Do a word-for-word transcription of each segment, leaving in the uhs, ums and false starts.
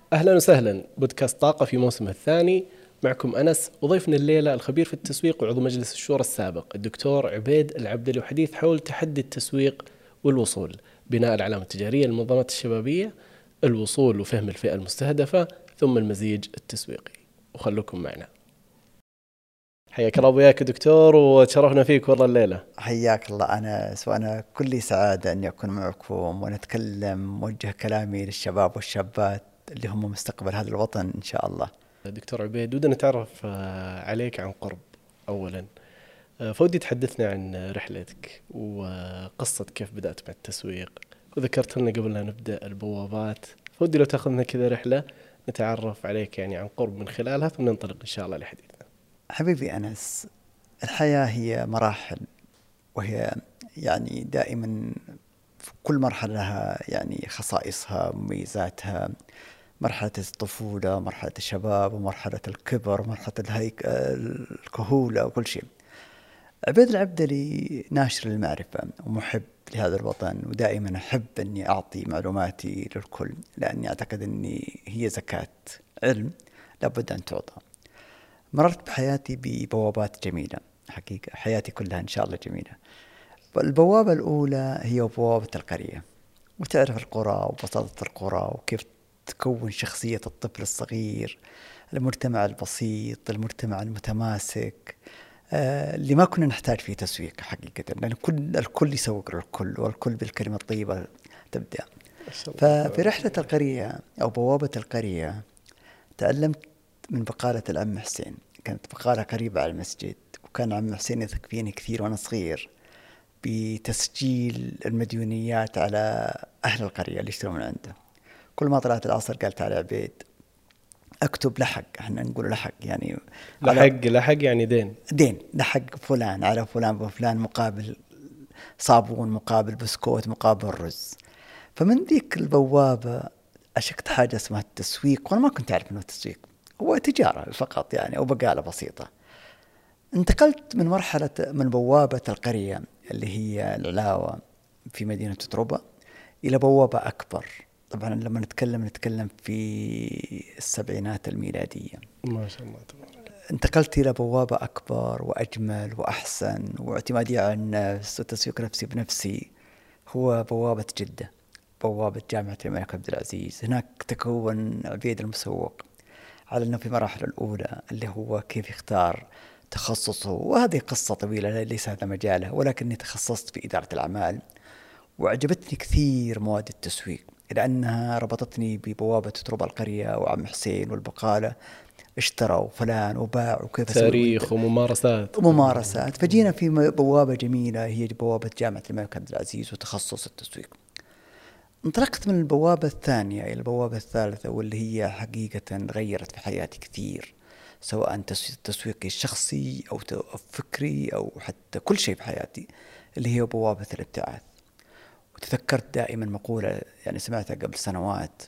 أهلا وسهلا، بودكاست طاقة في موسمه الثاني. معكم أنس، وضيفنا الليلة الخبير في التسويق وعضو مجلس الشورى السابق الدكتور عبيد العبدلي، وحديث حول تحدي التسويق والوصول، بناء العلامة التجارية للمنظمات الشبابية، الوصول وفهم الفئة المستهدفة، ثم المزيج التسويقي. وخلوكم معنا. حياك الله وياك دكتور، وتشرفنا فيك والله الليلة. حياك الله أنس، وأنا كل سعادة أني أكون معكم ونتكلم وجه كلامي للشباب والشابات اللي هم مستقبل هذا الوطن إن شاء الله. دكتور عبيد، ودنا نتعرف عليك عن قرب. أولا فودي تحدثنا عن رحلتك وقصة كيف بدأت مع التسويق، وذكرت لنا قبل لا نبدأ البوابات. فودي لو تأخذنا كذا رحلة نتعرف عليك يعني عن قرب من خلالها، ثم ننطلق إن شاء الله لحديثنا. حبيبي أنس، الحياة هي مراحل، وهي يعني دائما في كل مرحلة لها يعني خصائصها ومميزاتها. مرحلة الطفولة، مرحلة الشباب، ومرحلة الكبر، مرحلة الهيك الكهولة، وكل شيء. عبيد العبدلي ناشر للمعرفة ومحب لهذا الوطن، ودائما أحب أني أعطي معلوماتي للكل، لأني أعتقد أني هي زكاة علم لابد أن تعطى. مررت بحياتي ببوابات جميلة، حقيقة حياتي كلها إن شاء الله جميلة. البوابة الأولى هي بوابة القرية، وتعرف القرى وبساطة القرى وكيف تكون شخصية الطفل الصغير، المجتمع البسيط، المجتمع المتماسك، آه اللي ما كنا نحتاج فيه تسويق حقيقة، لأن كل الكل يسوق للكل، والكل بالكلمة الطيبة تبدأ. ففي رحلة القرية أو بوابة القرية تعلمت من بقالة العم حسين. كانت بقالة قريبة على المسجد، وكان عم حسين يثق فيني كثير وأنا صغير بتسجيل المديونيات على أهل القرية اللي يشترون من عنده. كل ما طلعت العصر قال تعال يا عبيد اكتب لحق، احنا نقول لحق يعني لحق لحق يعني دين دين لحق فلان على فلان وفلان، مقابل صابون، مقابل بسكوت، مقابل رز. فمن ذيك البوابة أشكت حاجة اسمها التسويق، وأنا ما كنت أعرف أنه التسويق هو تجارة فقط يعني، أو بقالة بسيطة. انتقلت من مرحلة من بوابة القرية اللي هي العلاوة في مدينة تروبا إلى بوابة أكبر. طبعا لما نتكلم نتكلم في السبعينات الميلادية. ما شاء الله تبارك. انتقلت إلى بوابة أكبر وأجمل وأحسن، واعتمادي على النفس وتسويق نفسي بنفسي، هو بوابة جدة، بوابة جامعة الملك عبد العزيز. هناك تكون عبيد المسوق على أنه في مراحل الأولى اللي هو كيف يختار تخصصه، وهذه قصة طويلة ليس هذا مجاله، ولكني تخصصت في إدارة الأعمال. وعجبتني كثير مواد التسويق لأنها ربطتني ببوابة تروبا القرية وعم حسين والبقالة، اشتروا فلان وباع وكيف تاريخ وممارسات وممارسات. فجينا في بوابة جميلة هي بوابة جامعة الملك عبد العزيز وتخصص التسويق. انطلقت من البوابة الثانية إلى البوابة الثالثة، واللي هي حقيقة غيرت في حياتي كثير، سواء تسويقي الشخصي أو فكري أو حتى كل شيء في حياتي، اللي هي بوابة الابتعاث. وتذكرت دائما مقولة يعني سمعتها قبل سنوات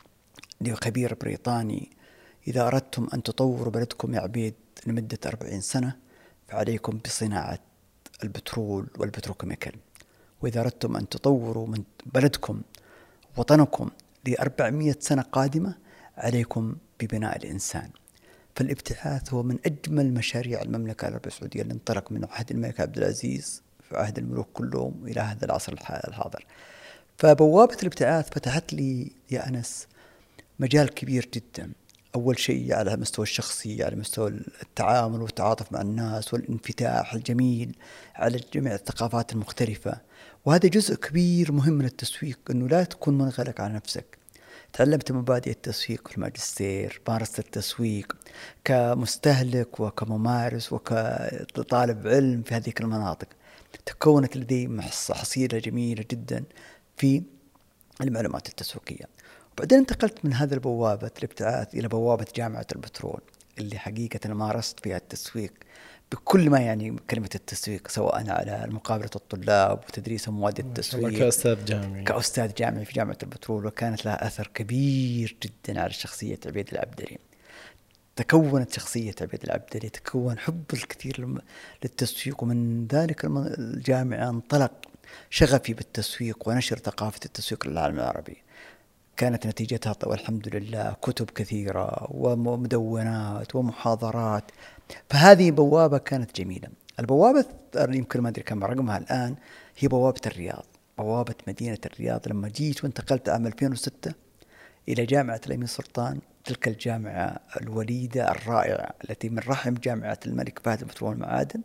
لخبير بريطاني: إذا أردتم أن تطوروا بلدكم يا عبيد لمدة أربعين سنة فعليكم بصناعة البترول والبتروكيميكال، وإذا أردتم أن تطوروا من بلدكم وطنكم لأربعمائة سنة قادمة عليكم ببناء الإنسان. فالابتعاث هو من أجمل مشاريع المملكة العربية السعودية اللي انطلق من عهد الملك عبد العزيز في عهد الملوك كلهم إلى هذا العصر الحاضر. فبوابة الابتعاث فتحت لي يا أنس مجال كبير جدا. أول شيء على المستوى الشخصي، على مستوى التعامل والتعاطف مع الناس والانفتاح الجميل على جميع الثقافات المختلفة. وهذا جزء كبير مهم من التسويق، أنه لا تكون منغلق على نفسك. تعلمت مبادئ التسويق في الماجستير، مارست التسويق كمستهلك وكممارس وكطالب علم في هذه المناطق. تكونت لدي حصيلة جميلة جدا في المعلومات التسويقية. وبعدين انتقلت من هذا البوابة الابتعاث إلى بوابة جامعة البترول، اللي حقيقة مارست فيها التسويق بكل ما يعني كلمة التسويق، سواء على مقابلة الطلاب وتدريس مواد التسويق كأستاذ جامعي كأستاذ جامعي في جامعة البترول. وكانت لها أثر كبير جدا على شخصية عبيد العبدلي. تكونت شخصية عبيد العبدلي، تكون حب الكثير للتسويق، ومن ذلك الجامعة انطلق شغفي بالتسويق ونشر ثقافة التسويق للعالم العربي. كانت نتيجتها والحمد لله كتب كثيرة ومدونات ومحاضرات. فهذه بوابة كانت جميلة. البوابة يمكن ما أدري كم رقمها الآن، هي بوابة الرياض، بوابة مدينة الرياض. لما جيت وانتقلت عام ألفين وستة إلى جامعة الأمين سلطان، تلك الجامعة الوليدة الرائعة التي من رحم جامعة الملك فهد للبترول والمعادن،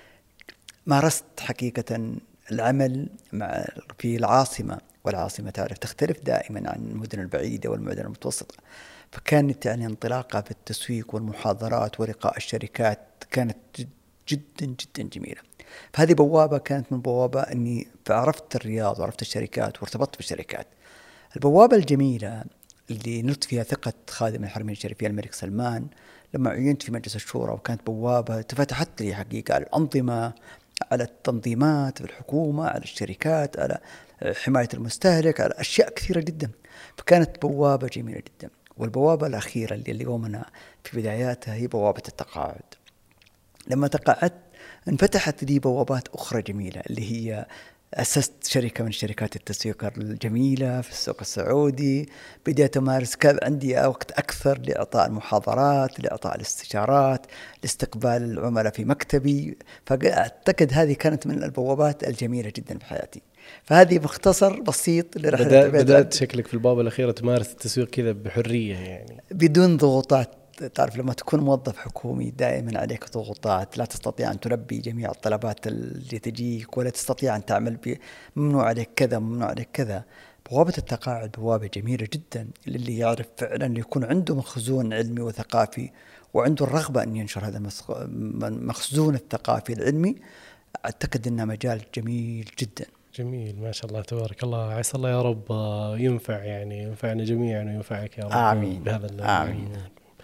مارست حقيقة العمل مع في العاصمة، والعاصمة تعرف تختلف دائما عن المدن البعيدة والمدن المتوسطة. فكانت يعني انطلاقة في التسويق والمحاضرات ولقاء الشركات كانت جدا جدا جميلة. فهذه بوابة كانت من بوابة أني عرفت الرياض وعرفت الشركات وارتبطت بالشركات. البوابة الجميلة اللي نلت فيها ثقة خادم الحرمين الشريفين الملك سلمان لما عينت في مجلس الشورى، وكانت بوابة تفتحت لي حقيقة على الأنظمة، على التنظيمات في الحكومة، على الشركات، على حماية المستهلك، على أشياء كثيرة جدا. فكانت بوابة جميلة جدا. والبوابة الأخيرة اللي اليوم أنا في بداياتها هي بوابة التقاعد. لما تقاعدت انفتحت لي بوابات أخرى جميلة، اللي هي أسست شركة من شركات التسويق الجميلة في السوق السعودي. بدأت أمارس، كان عندي وقت أكثر لإعطاء المحاضرات، لإعطاء الاستشارات، لاستقبال العملاء في مكتبي. فأعتقد هذه كانت من البوابات الجميلة جدا في حياتي. فهذه باختصر بسيط لرحلة بدأ بدأت شكلك في البابة الأخيرة تمارس التسويق كذا بحرية، يعني بدون ضغوطات. تعرف لما تكون موظف حكومي دائما عليك ضغوطات، لا تستطيع أن تلبي جميع الطلبات اللي تجيك، ولا تستطيع أن تعمل ممنوع عليك كذا ممنوع عليك كذا. بوابة التقاعد بوابة جميلة جدا للي يعرف فعلا، اللي يكون عنده مخزون علمي وثقافي وعنده الرغبة أن ينشر هذا المخزون الثقافي العلمي. أعتقد أنه مجال جميل جدا. جميل ما شاء الله تبارك الله. عسى الله يا رب ينفع، يعني ينفعنا جميعا وينفعك يا رب. آمين. بهذا آمين.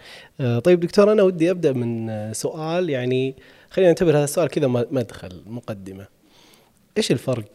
طيب دكتور، أنا ودي أبدأ من سؤال، يعني خلينا نعتبر هذا السؤال كذا مدخل مقدمة. إيش الفرق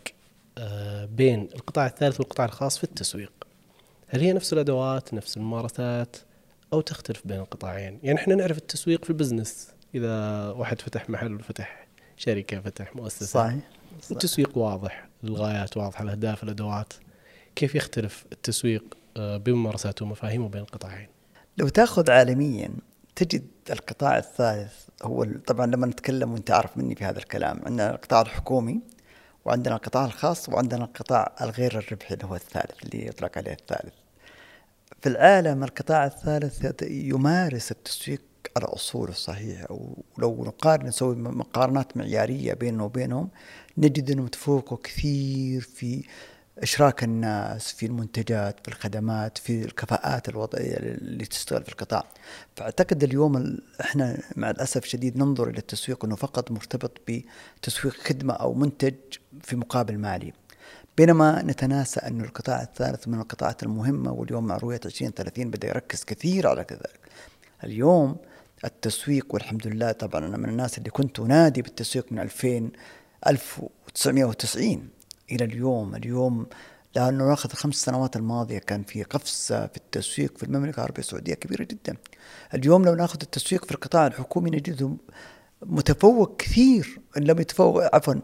بين القطاع الثالث والقطاع الخاص في التسويق؟ هل هي نفس الأدوات، نفس الممارسات، أو تختلف بين القطاعين؟ يعني إحنا نعرف التسويق في البزنس، إذا واحد فتح محل، فتح شركة، فتح مؤسسة، صحيح. التسويق واضح، الغايات واضحة، الأهداف، الأدوات. كيف يختلف التسويق بممارساته ومفاهيمه بين القطاعين؟ لو تأخذ عالميا تجد القطاع الثالث هو، طبعا لما نتكلم وانت عارف مني في هذا الكلام، عندنا القطاع الحكومي وعندنا القطاع الخاص وعندنا القطاع الغير الربحي اللي هو الثالث، اللي يطلق عليه الثالث. في العالم القطاع الثالث يمارس التسويق على أصوله الصحيحة، ولو نقارن نسوي مقارنات معيارية بينه وبينهم نجد أنه متفوقه كثير في إشراك الناس في المنتجات، في الخدمات، في الكفاءات الوضعية اللي تشتغل في القطاع. فأعتقد اليوم إحنا مع الأسف شديد ننظر إلى التسويق أنه فقط مرتبط بتسويق خدمة أو منتج في مقابل مالي، بينما نتناسى أن القطاع الثالث من القطاعات المهمة. واليوم مع رؤية عشرين ثلاثين بدأ يركز كثير على كذلك. اليوم التسويق، والحمد لله طبعا أنا من الناس اللي كنت أنادي بالتسويق من ألفين ألف وتسعمائة وتسعين إلى اليوم. اليوم لأنه ناخذ الخمس سنوات الماضية كان في قفزة في التسويق في المملكة العربية السعودية كبيرة جدا. اليوم لو ناخذ التسويق في القطاع الحكومي نجده متفوق كثير، إن لم يتفوق عفوا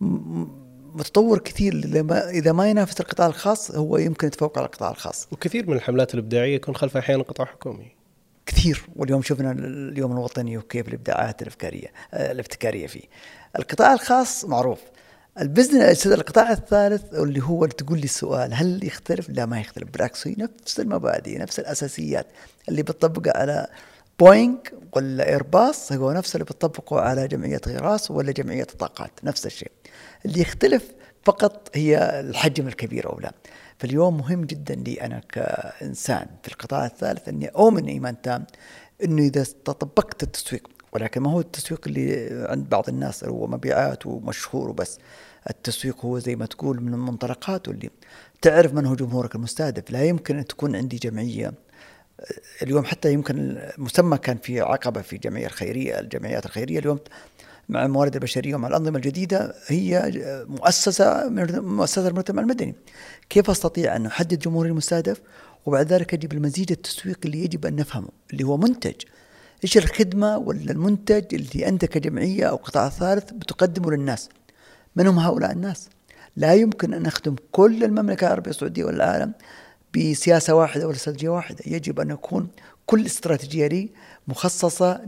متطور كثير. إذا ما ينافس القطاع الخاص هو يمكن يتفوق على القطاع الخاص. وكثير من الحملات الإبداعية يكون خلفها أحيانا قطاع حكومي كثير. واليوم شفنا اليوم الوطني وكيف الإبداعات الإفكارية الابتكارية فيه. القطاع الخاص معروف. البزنس القطاع الثالث اللي هو اللي تقول لي السؤال هل يختلف؟ لا ما يختلف، بالعكس هي نفس المبادئ نفس الأساسيات اللي بتطبقها على بوينغ ولا إيرباص هو نفس اللي بتطبقه على جمعية غراس ولا جمعية الطاقات، نفس الشيء. اللي يختلف فقط هي الحجم الكبير أو لا. فاليوم مهم جدا لي أنا كإنسان في القطاع الثالث أني أؤمن إيمان تام أنه إذا طبقت التسويق، ولكن ما هو التسويق اللي عند بعض الناس هو مبيعات ومشهور وبس. التسويق هو زي ما تقول من المنطلقات اللي تعرف من هو جمهورك المستهدف. لا يمكن أن تكون عندي جمعية اليوم، حتى يمكن المسمى كان في عقبة في جمعية الخيرية، الجمعيات الخيرية اليوم مع الموارد البشرية ومع الأنظمة الجديدة هي مؤسسة من مؤسسة المجتمع المدني. كيف أستطيع أن أحدد جمهوري المستهدف وبعد ذلك أجيب المزيد التسويق اللي يجب أن نفهمه اللي هو منتج، إيش الخدمة ولا المنتج اللي أنت كجمعية أو قطاع ثالث بتقدمه للناس؟ من هم هؤلاء الناس؟ لا يمكن أن نخدم كل المملكة العربية السعودية والعالم بسياسة واحدة ولا استراتيجية واحدة. يجب أن يكون كل استراتيجية لي مخصصة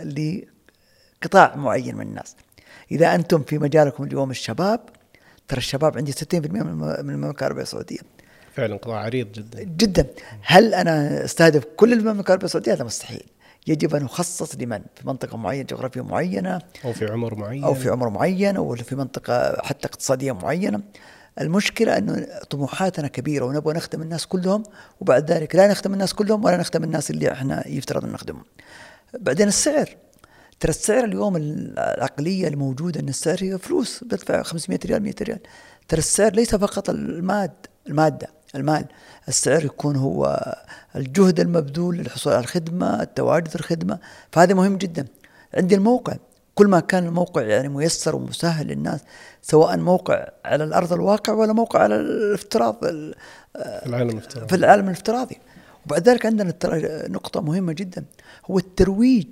لقطاع معين من الناس. إذا أنتم في مجالكم اليوم الشباب، ترى الشباب عندي ستين بالمئة من المملكة العربية السعودية، فعلا قطاع عريض جدا جدا. هل أنا استهدف كل المملكة العربية السعودية؟ هذا مستحيل. يجب أن أخصص لمن في منطقة معينة، جغرافية معينة، أو في عمر معين أو في عمر معين، أو في منطقة حتى اقتصادية معينة. المشكلة أنه طموحاتنا كبيرة ونبغى نخدم الناس كلهم، وبعد ذلك لا نخدم الناس كلهم ولا نخدم الناس اللي احنا يفترض أن نخدمهم. بعدين السعر، ترى السعر اليوم العقلية الموجودة أن السعر هي فلوس، بدفع خمسمائة ريال مئة ريال. ترى السعر ليس فقط الماد المادة المال، السعر يكون هو الجهد المبذول للحصول على الخدمة، التواجد الخدمة. فهذا مهم جدا. عندي الموقع، كل ما كان الموقع يعني ميسر ومسهل للناس، سواء موقع على الأرض الواقع ولا موقع على الافتراض في العالم الافتراضي في العالم الافتراضي. وبعد ذلك عندنا نقطة مهمة جدا، هو الترويج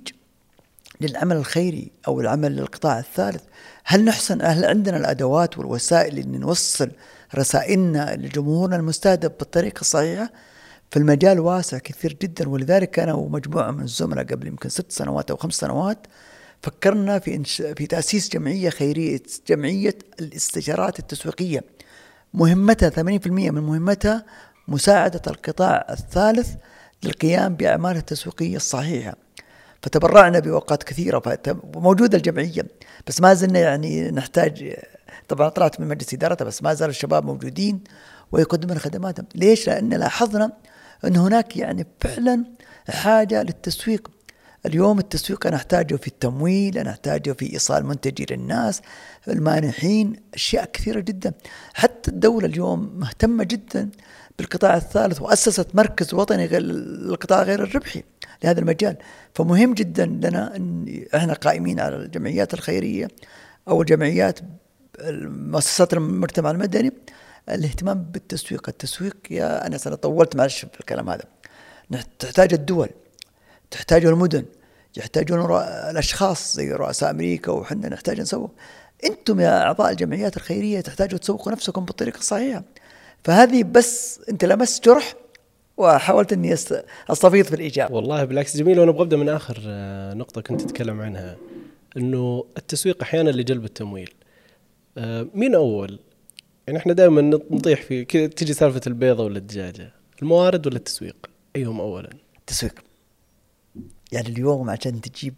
للعمل الخيري أو العمل للقطاع الثالث. هل نحسن هل عندنا الأدوات والوسائل اللي نوصل رسائلنا لجمهورنا المستهدف بالطريقة الصحيحة؟ في المجال واسع كثير جدا. ولذلك أنا ومجموعة من الزملاء قبل يمكن ست سنوات أو خمس سنوات فكرنا في إنش... في تأسيس جمعية خيرية، جمعية الاستشارات التسويقية. مهمتها ثمانين بالمئة من مهمتها مساعدة القطاع الثالث للقيام بأعمال التسويقية الصحيحة. فتبرعنا بأوقات كثيرة، وموجودة الجمعية، بس ما زلنا يعني نحتاج. طبعا طلعت من مجلس إدارتها، بس ما زال الشباب موجودين ويقدمون خدماتهم. ليش؟ لأن لاحظنا أن هناك يعني فعلا حاجة للتسويق. اليوم التسويق أنا أحتاجه في التمويل، أنا أحتاجه في إيصال منتجي للناس، المانحين، أشياء كثيرة جدا. حتى الدولة اليوم مهتمة جدا بالقطاع الثالث، وأسست مركز وطني للقطاع غير الربحي لهذا المجال. فمهم جدا لنا أن إحنا قائمين على الجمعيات الخيرية أو الجمعيات مؤسسات المجتمع المدني الاهتمام بالتسويق. التسويق يا أنا سنة طولت معلش في الكلام هذا. تحتاج الدول، تحتاج المدن، يحتاجون الأشخاص زي رؤساء أمريكا، وحنا نحتاج نسوق. أنتم يا أعضاء الجمعيات الخيرية تحتاجوا تسوقوا نفسكم بالطريقة الصحيحة. فهذه بس أنت لمست جرح وحاولت أني أستفيض في الإجابة. والله بالعكس جميل. وأنا ببدأ من آخر نقطة كنت تتكلم عنها، أنه التسويق أحيانا لجلب التمويل. مين أول؟ يعني إحنا دائما نطيح في كذا، تيجي سالفة البيضة ولا الدجاجة، الموارد ولا التسويق؟ أيهم أولا؟ التسويق. يعني اليوم عشان تجيب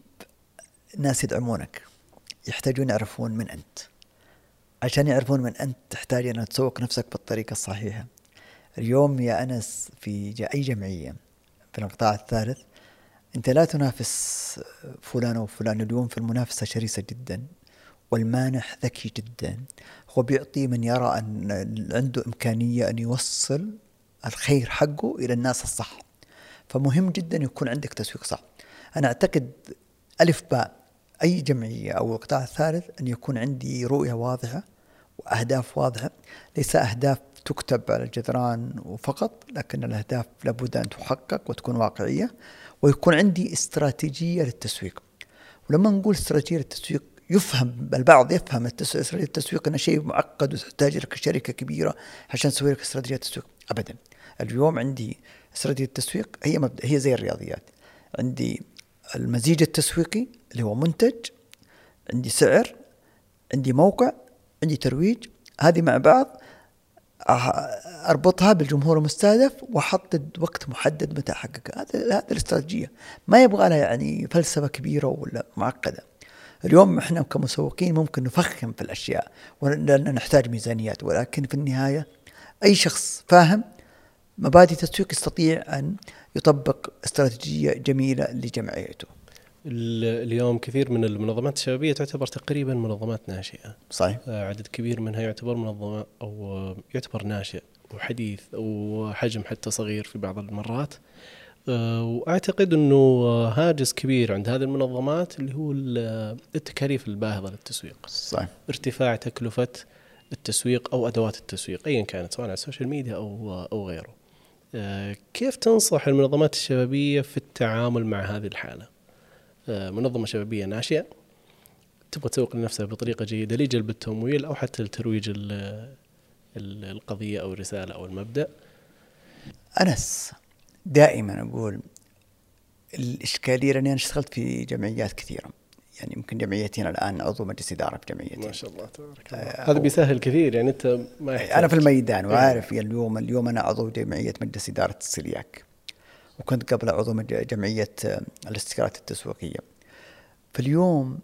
ناس يدعمونك يحتاجون يعرفون من أنت. عشان يعرفون من أنت تحتاج أن تسوق نفسك بالطريقة الصحيحة. اليوم يا أنس في أي جمعية في القطاع الثالث أنت لا تنافس فلان وفلان. اليوم في المنافسة شرسة جدا، والمانح ذكي جدا، هو بيعطي من يرى أن عنده إمكانية أن يوصل الخير حقه إلى الناس الصح. فمهم جدا يكون عندك تسويق صح. أنا أعتقد ألف باء أي جمعية أو القطاع الثالث أن يكون عندي رؤية واضحة وأهداف واضحة، ليس أهداف تكتب على الجدران وفقط، لكن الأهداف لابد أن تحقق وتكون واقعية، ويكون عندي استراتيجية للتسويق. ولما نقول استراتيجية للتسويق يفهم البعض يفهم استراتيجية التسويق أنه شيء معقد وتحتاج لك شركة كبيرة عشان تسوي لك استراتيجية التسويق. أبدا. اليوم عندي استراتيجية التسويق هي مبدأ، هي زي الرياضيات. عندي المزيج التسويقي اللي هو منتج، عندي سعر، عندي موقع، عندي ترويج. هذه مع بعض أربطها بالجمهور المستهدف وأحدد وقت محدد متى أحققها. هذا هذا الاستراتيجية. ما يبغى لها يعني فلسفة كبيرة ولا معقدة. اليوم إحنا كمسوقين ممكن نفخم في الأشياء لأن نحتاج ميزانيات، ولكن في النهاية أي شخص فاهم مبادئ التسويق يستطيع أن يطبق استراتيجية جميلة لجمعيته. اليوم كثير من المنظمات الشبابية تعتبر تقريبا منظمات ناشئة. صحيح. عدد كبير منها يعتبر منظمة أو يعتبر ناشئ وحديث أو حجم حتى صغير في بعض المرات. وأعتقد أنه هاجس كبير عند هذه المنظمات اللي هو التكاليف الباهظة للتسويق. صحيح. ارتفاع تكلفة التسويق أو أدوات التسويق أيا كانت، سواء على السوشيال ميديا أو أو غيره. كيف تنصح المنظمات الشبابية في التعامل مع هذه الحالة؟ منظمة شبابية ناشئة تبغى تسوق لنفسها بطريقة جيدة لجلب التمويل أو حتى لترويج القضية أو الرسالة أو المبدأ، أنس، دائما أقول الإشكالية، لأني أنا اشتغلت في جمعيات كثيرة، يعني يمكن جمعيتنا الآن عضو مجلس إدارة في جمعيتي. ما شاء الله تبارك الله. آه هذا بيسهل كثير، يعني أنت ما يحتاج. أنا في الميدان وعارف. يعني اليوم اليوم أنا عضو جمعية مجلس إدارة السلياك، وكنت قبل عضو جمعية الاستشارات التسويقية. فاليوم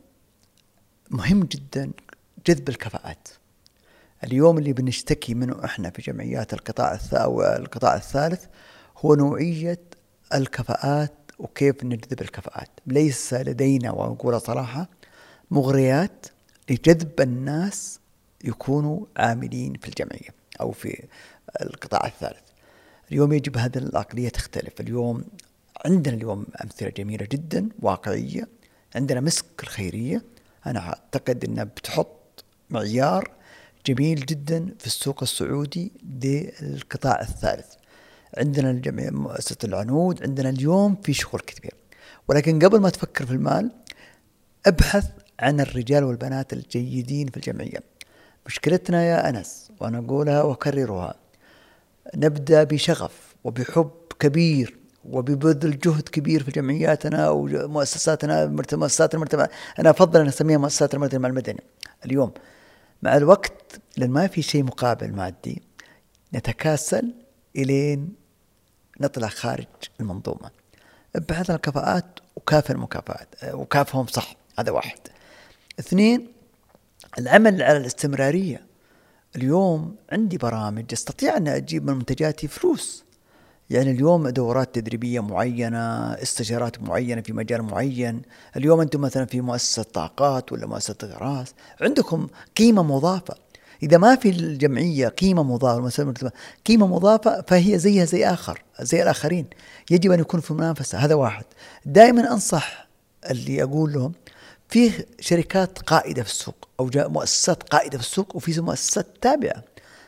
مهم جدا جذب الكفاءات. اليوم اللي بنشتكي منه احنا في جمعيات القطاع القطاع الثالث هو نوعية الكفاءات وكيف نجذب الكفاءات. ليس لدينا، وأقول صراحة، مغريات لجذب الناس يكونوا عاملين في الجمعية أو في القطاع الثالث. اليوم يجب هذه العقلية تختلف. اليوم عندنا اليوم أمثلة جميلة جدا واقعية. عندنا مسك الخيرية، أنا أعتقد أنها بتحط معيار جميل جدا في السوق السعودي للقطاع الثالث. عندنا الجمعية مؤسسة العنود، عندنا اليوم في شغل كبير. ولكن قبل ما تفكر في المال ابحث عن الرجال والبنات الجيدين في الجمعية. مشكلتنا يا أنس، وأنا أقولها وأكررها، نبدأ بشغف وبحب كبير وببذل جهد كبير في جمعياتنا ومؤسساتنا مؤسسات المجتمع. أنا أفضل أن أسميها مؤسسات المجتمع المدني. اليوم مع الوقت، لأن ما في شيء مقابل مادي، نتكاسل إلين نطلع خارج المنظومة. ابحث عن الكفاءات وكافئ المكافآت وكافهم صح. هذا واحد. اثنين، العمل على الاستمرارية. اليوم عندي برامج استطيع أن أجيب من منتجاتي فلوس. يعني اليوم دورات تدريبية معينة، استشارات معينة في مجال معين. اليوم أنتم مثلا في مؤسسة طاقات ولا مؤسسة غراس عندكم قيمة مضافة. إذا ما في الجمعية قيمة مضافة قيمة مضافة فهي زيها زي آخر زي الآخرين. يجب أن يكون في منافسة. هذا واحد. دائما أنصح اللي أقول لهم، فيه شركات قائدة في السوق أو مؤسسات قائدة في السوق، وفي مؤسسات تابعة.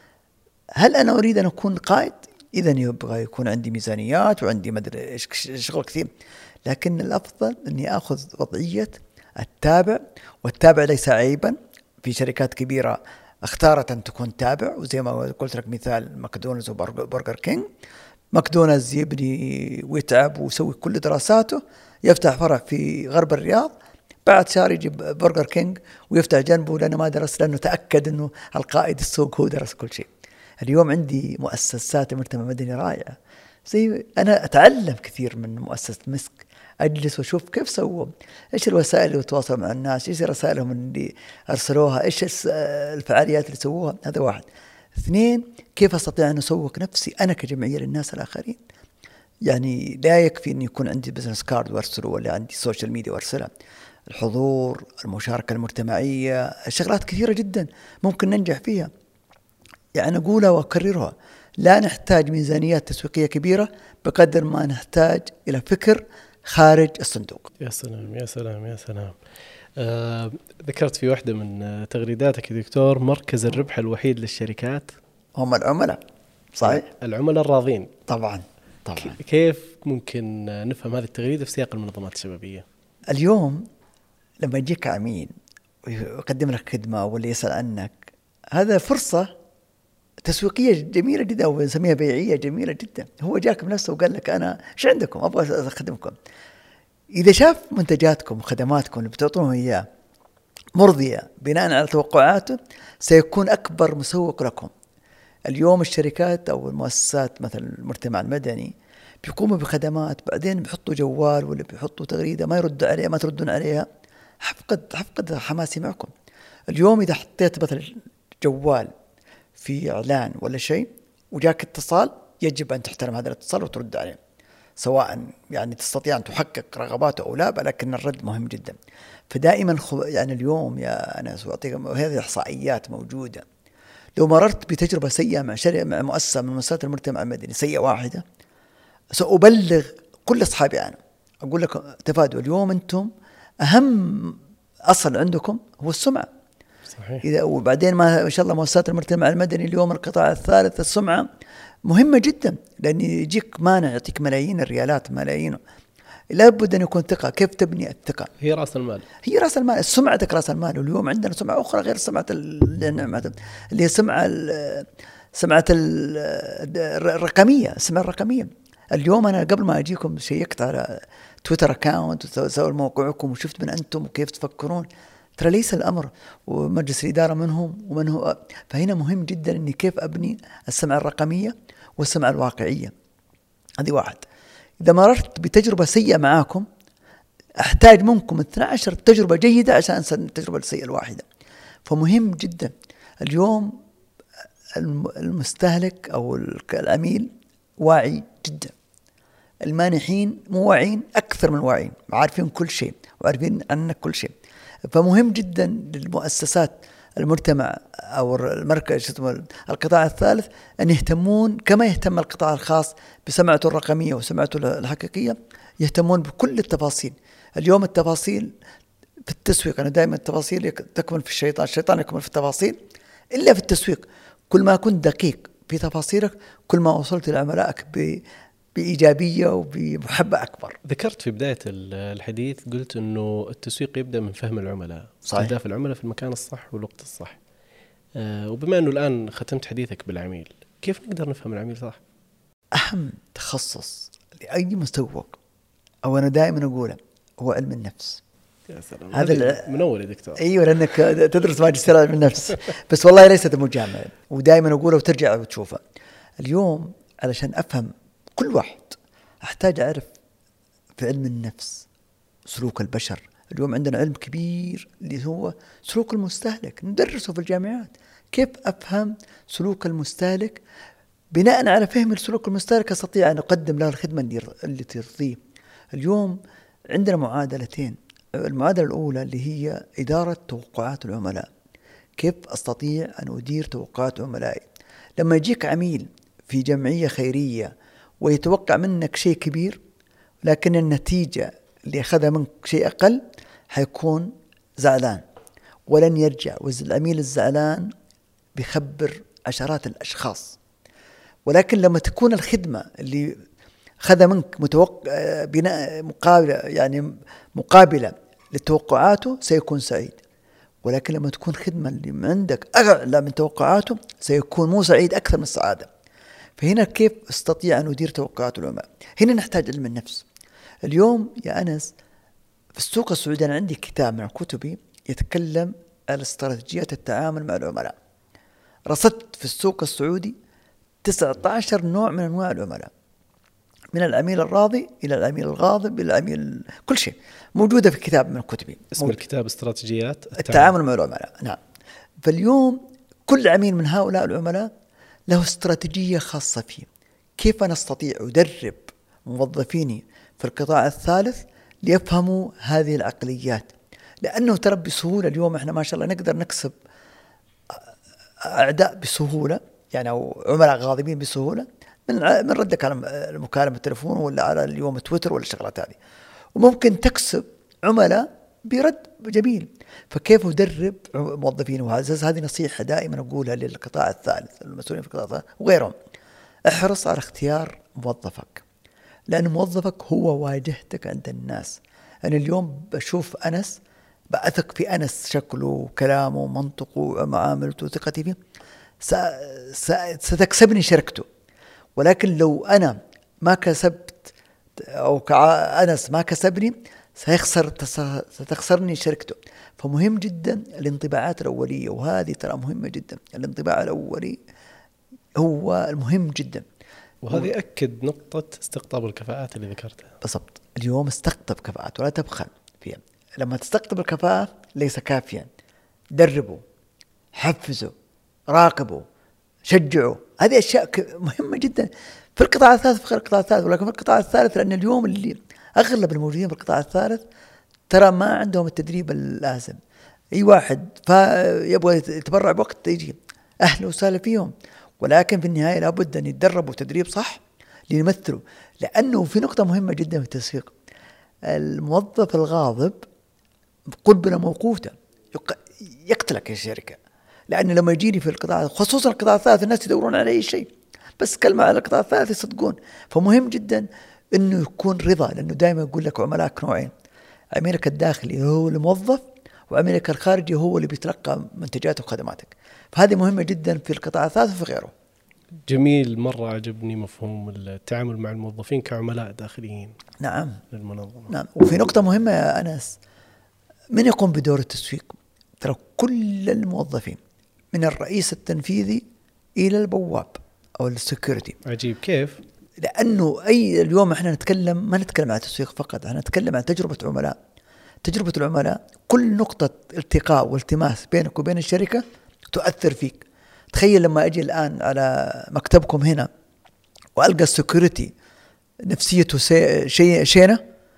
هل أنا أريد أن أكون قائد؟ إذن يبغى يكون عندي ميزانيات وعندي مدري شغل كثير. لكن الأفضل أني أخذ وضعية التابع، والتابع ليس عيبا. في شركات كبيرة اختارت أن تكون تابع، وزي ما قلت لك مثال ماكدونالدز وبرجر كينج. ماكدونالدز يبني ويتعب ويسوي كل دراساته، يفتح فرع في غرب الرياض، بعد شهر يجيب برجر كينج ويفتح جنبه، لأنه ما درس، لأنه تأكد أنه القائد السوق هو درس كل شيء. اليوم عندي مؤسسات المجتمع المدني رائعة. زي أنا أتعلم كثير من مؤسسة مسك، أجلس وأشوف كيف سووا، إيش الوسائل اللي يتواصلوا مع الناس، إيش رسائلهم اللي أرسلوها، إيش الفعاليات اللي سووها. هذا واحد. اثنين، كيف أستطيع أن أسوق نفسي أنا كجمعية للناس الآخرين. يعني لا يكفي أن يكون عندي بزنس كارد وأرسله، ولا عندي سوشيال ميديا وأرسلها. الحضور، المشاركة المجتمعية، شغلات كثيرة جدا ممكن ننجح فيها. يعني أقولها وأكررها، لا نحتاج ميزانيات تسويقية كبيرة بقدر ما نحتاج إلى فكر خارج الصندوق. يا سلام يا سلام يا سلام. آه، ذكرت في واحدة من تغريداتك يا دكتور، مركز الربح الوحيد للشركات هم العملاء. صحيح، العملاء الراضين. طبعا طبعا. كيف ممكن نفهم هذه التغريدة في سياق المنظمات الشبابية؟ اليوم لما يجيك عميل ويقدم لك خدمة ولا يسأل عنك، هذا فرصة تسويقية جميلة جدا، ونسميها بيعية جميلة جدا. هو جاك بنفسه وقال لك أنا إيش عندكم، أبغى أخدمكم. إذا شاف منتجاتكم وخدماتكم اللي بتعطوه إياه مرضية بناء على توقعاته، سيكون أكبر مسوق لكم. اليوم الشركات أو المؤسسات مثل المجتمع المدني بيقوموا بخدمات، بعدين بيحطوا جوال ولا بيحطوا تغريدة ما يرد عليها، ما تردون عليها، حفقد حفقد حماسي معكم. اليوم إذا حطيت مثل جوال في إعلان ولا شيء وجاك اتصال، يجب أن تحترم هذا الاتصال وترد عليه، سواء يعني تستطيع أن تحقق رغباته أو لا، لكن الرد مهم جدا. فدائما يعني اليوم يا أنس، وأعطيك هذه إحصائيات موجودة، لو مررت بتجربة سيئة مع شركة مع مؤسسة من مؤسسات المجتمع المدني، سيئة واحدة، سأبلغ كل أصحابي أنا أقول لك تفادوا. اليوم أنتم أهم أصل عندكم هو السمعة. صحيح. إذا وبعدين ما شاء الله مؤسسات المجتمع المدني اليوم القطاع الثالث، السمعة مهمة جدا، لأن يجيك مانع يعطيك ملايين الريالات، ملايين. لابد أن يكون ثقة. كيف تبني الثقة؟ هي رأس المال. هي رأس المال. سمعتك رأس المال. واليوم عندنا سمعة أخرى غير سمعة اللي هي سمعة سمعة الرقمية، السمعة الرقمية. اليوم أنا قبل ما أجيكم شيكت على تويتر أكاونت وسووا موقعكم وشفت من أنتم وكيف تفكرون، ترى ليس الأمر ومجلس الإدارة منهم ومن هو. فهنا مهم جدا أني كيف أبني السمعة الرقمية والسمعة الواقعية. هذه واحد. إذا مررت بتجربة سيئة معاكم أحتاج منكم اثنتي عشرة تجربة جيدة عشان أنسى التجربة السيئة الواحدة. فمهم جدا اليوم المستهلك أو العميل واعي جدا، المانحين مو واعين أكثر من واعين، عارفين كل شيء وعارفين عنك كل شيء. فمهم جدا للمؤسسات المجتمع أو المركز القطاع الثالث أن يهتمون كما يهتم القطاع الخاص بسمعته الرقمية وسمعته الحقيقية، يهتمون بكل التفاصيل. اليوم التفاصيل في التسويق، أنا دائما التفاصيل تكمن في الشيطان، الشيطان يكمن في التفاصيل إلا في التسويق. كل ما كنت دقيق في تفاصيلك كل ما وصلت لعملائك بإيجابية وبمحبة أكبر. ذكرت في بداية الحديث قلت أنه التسويق يبدأ من فهم العملاء، استهداف العملاء في المكان الصح والوقت الصح. أه وبما أنه الآن ختمت حديثك بالعميل، كيف نقدر نفهم العميل صح؟ أهم تخصص لأي مسوق أو أنا دائما أقوله هو علم النفس. هذا منور يا دكتور. ايوه لانك تدرس ماجستير علم النفس بس والله ليست مجامله، ودائما اقوله وترجع وتشوفه. اليوم علشان افهم كل واحد احتاج اعرف في علم النفس سلوك البشر. اليوم عندنا علم كبير اللي هو سلوك المستهلك، ندرسه في الجامعات. كيف افهم سلوك المستهلك؟ بناء على فهم سلوك المستهلك استطيع ان اقدم له الخدمه اللي ترضيه. اليوم عندنا معادلتين. المعادلة الأولى اللي هي إدارة توقعات العملاء. كيف أستطيع أن أدير توقعات عملائي؟ لما يجيك عميل في جمعية خيرية ويتوقع منك شيء كبير لكن النتيجة اللي أخذها منك شيء أقل، حيكون زعلان ولن يرجع. والعميل الزعلان بيخبر عشرات الأشخاص. ولكن لما تكون الخدمة اللي خذ منك متوقع بناء مقابلة يعني مقابلة لتوقعاته سيكون سعيد. ولكن لما تكون خدمة اللي عندك أعلى من توقعاته سيكون مو سعيد أكثر من السعادة. فهنا كيف استطيع أن أدير توقعات العملاء؟ هنا نحتاج علم النفس. اليوم يا أنس في السوق السعودي أنا عندي كتاب من كتبي يتكلم على استراتيجيات التعامل مع العملاء. رصدت في السوق السعودي تسعة عشر نوع من أنواع العملاء، من العميل الراضي إلى العميل الغاضب إلى العميل، كل شيء موجودة في كتاب من كتبي. اسم الكتاب استراتيجيات التعامل, التعامل مع العملاء. نعم. فاليوم كل عميل من هؤلاء العملاء له استراتيجية خاصة فيه. كيف أنا أستطيع أدرب موظفيني في القطاع الثالث ليفهموا هذه العقليات؟ لأنه ترى بسهولة اليوم إحنا ما شاء الله نقدر نكسب أعداء بسهولة، يعني أو عملاء غاضبين بسهولة من من ردك على المكالمة التلفون ولا على اليوم تويتر ولا الشغلات هذه، وممكن تكسب عملاء برد جميل. فكيف أدرب موظفين؟ وهذا هذه نصيحة دائما أقولها للقطاع الثالث، المسؤولين في القطاع الثالث وغيرهم. احرص على اختيار موظفك، لأن موظفك هو واجهتك عند الناس. أنا اليوم بشوف أنس بأثق في أنس، شكله وكلامه ومنطقه ومعاملته وثقتي فيه ستكسبني شركته. ولكن لو أنا ما كسبت أو أنس ما كسبني سيخسر ستخسرني شركته. فمهم جدا الانطباعات الأولية، وهذه ترى مهمة جدا. الانطباع الأولي هو المهم جدا، وهذه أكد نقطة استقطاب الكفاءات اللي ذكرتها. بالضبط. اليوم استقطب كفاءات ولا تبخل فيها. لما تستقطب الكفاءة ليس كافيا، دربوا، حفزوا، راقبوا، شجعوا. هذه أشياء مهمة جدا في القطاع الثالث في القطاع الثالث ولكن في القطاع الثالث لأن اليوم اللي أغلب الموجودين في القطاع الثالث ترى ما عندهم التدريب اللازم. أي واحد يبغى يتبرع بوقت يجي أهلا وسهلا فيهم، ولكن في النهاية لابد أن يتدربوا تدريب صح ليمثلوا. لأنه في نقطة مهمة جدا في التسويق، الموظف الغاضب قلبنا موقوتة يقتلك يا شركة. لأن لما يجيني في القطاع خصوصا القطاع الثالث الناس يدورون على أي شيء، بس كلمة على القطاع الثالث يصدقون. فمهم جدا إنه يكون رضا، لأنه دائما يقول لك عملاءك نوعين، عميلك الداخلي هو الموظف وعميلك الخارجي هو اللي بيتلقى منتجاتك وخدماتك. فهذه مهمة جدا في القطاع الثالث وفي غيره. جميل، مرة عجبني مفهوم التعامل مع الموظفين كعملاء داخليين. نعم للمنظمة. نعم. وفي نقطة مهمة يا أنس، من يقوم بدور التسويق؟ ترى كل الموظفين من الرئيس التنفيذي إلى البواب أو السكيورتي. عجيب كيف؟ لأنه أي اليوم إحنا نتكلم، ما نتكلم عن التسويق فقط، إحنا نتكلم عن تجربة عملاء. تجربة العملاء كل نقطة التقاء والتماس بينك وبين الشركة تؤثر فيك. تخيل لما أجي الآن على مكتبكم هنا وألقى السكيورتي نفسيته شيء شينة،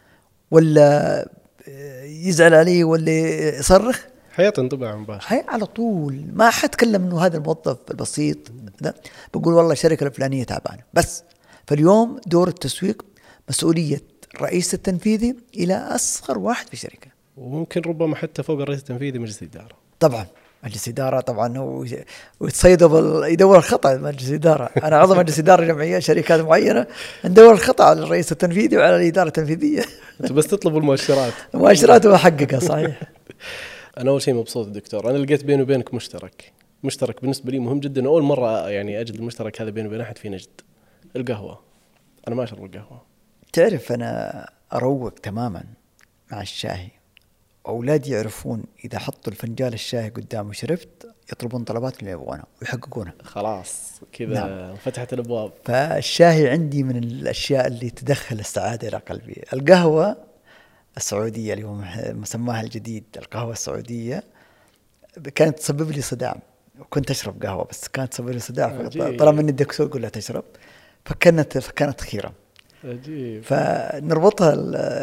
ولا يزعل علي، ولا يصرخ، حيطن مباشر. حي على طول. ما حتكلم إنه هذا الموظف البسيط ده، بقول والله الشركة الفلانية تعبانة بس. فاليوم دور التسويق مسؤولية الرئيس التنفيذي إلى أصغر واحد في الشركة، وممكن ربما حتى فوق الرئيس التنفيذي مجلس الإدارة. طبعا مجلس إدارة طبعا هو ويتصيدوا يدور الخطأ. مجلس إدارة، أنا عضو مجلس إدارة جمعية شركات معينة، ندور الخطأ على الرئيس التنفيذي وعلى الإدارة التنفيذية. أنتوا بس تطلبوا المؤشرات. المؤشرات وأحققها صحيح. أنا أول شيء مبسوط دكتور، أنا لقيت بيني وبينك مشترك مشترك بالنسبة لي مهم جدا. أول مرة يعني أجد المشترك هذا بيني وبين أحد في نجد، القهوة. أنا ما أشرب القهوة. تعرف أنا أروق تماما مع الشاهي. أولادي يعرفون إذا حطوا الفنجان الشاي قدام وشربت يطلبون طلبات اللي يبغونها ويحققونها. خلاص كذا نعم. فتحت الأبواب. فالشاي عندي من الأشياء اللي تدخل السعادة إلى قلبي. القهوة السعودية اليوم مسماها الجديد القهوة السعودية كانت تسبب لي صداع، وكنت أشرب قهوة بس كانت تسبب لي صداع، طلب مني الدكتور قل لا تشرب، فكانت فكانت خيرة. عجيب. فنربطها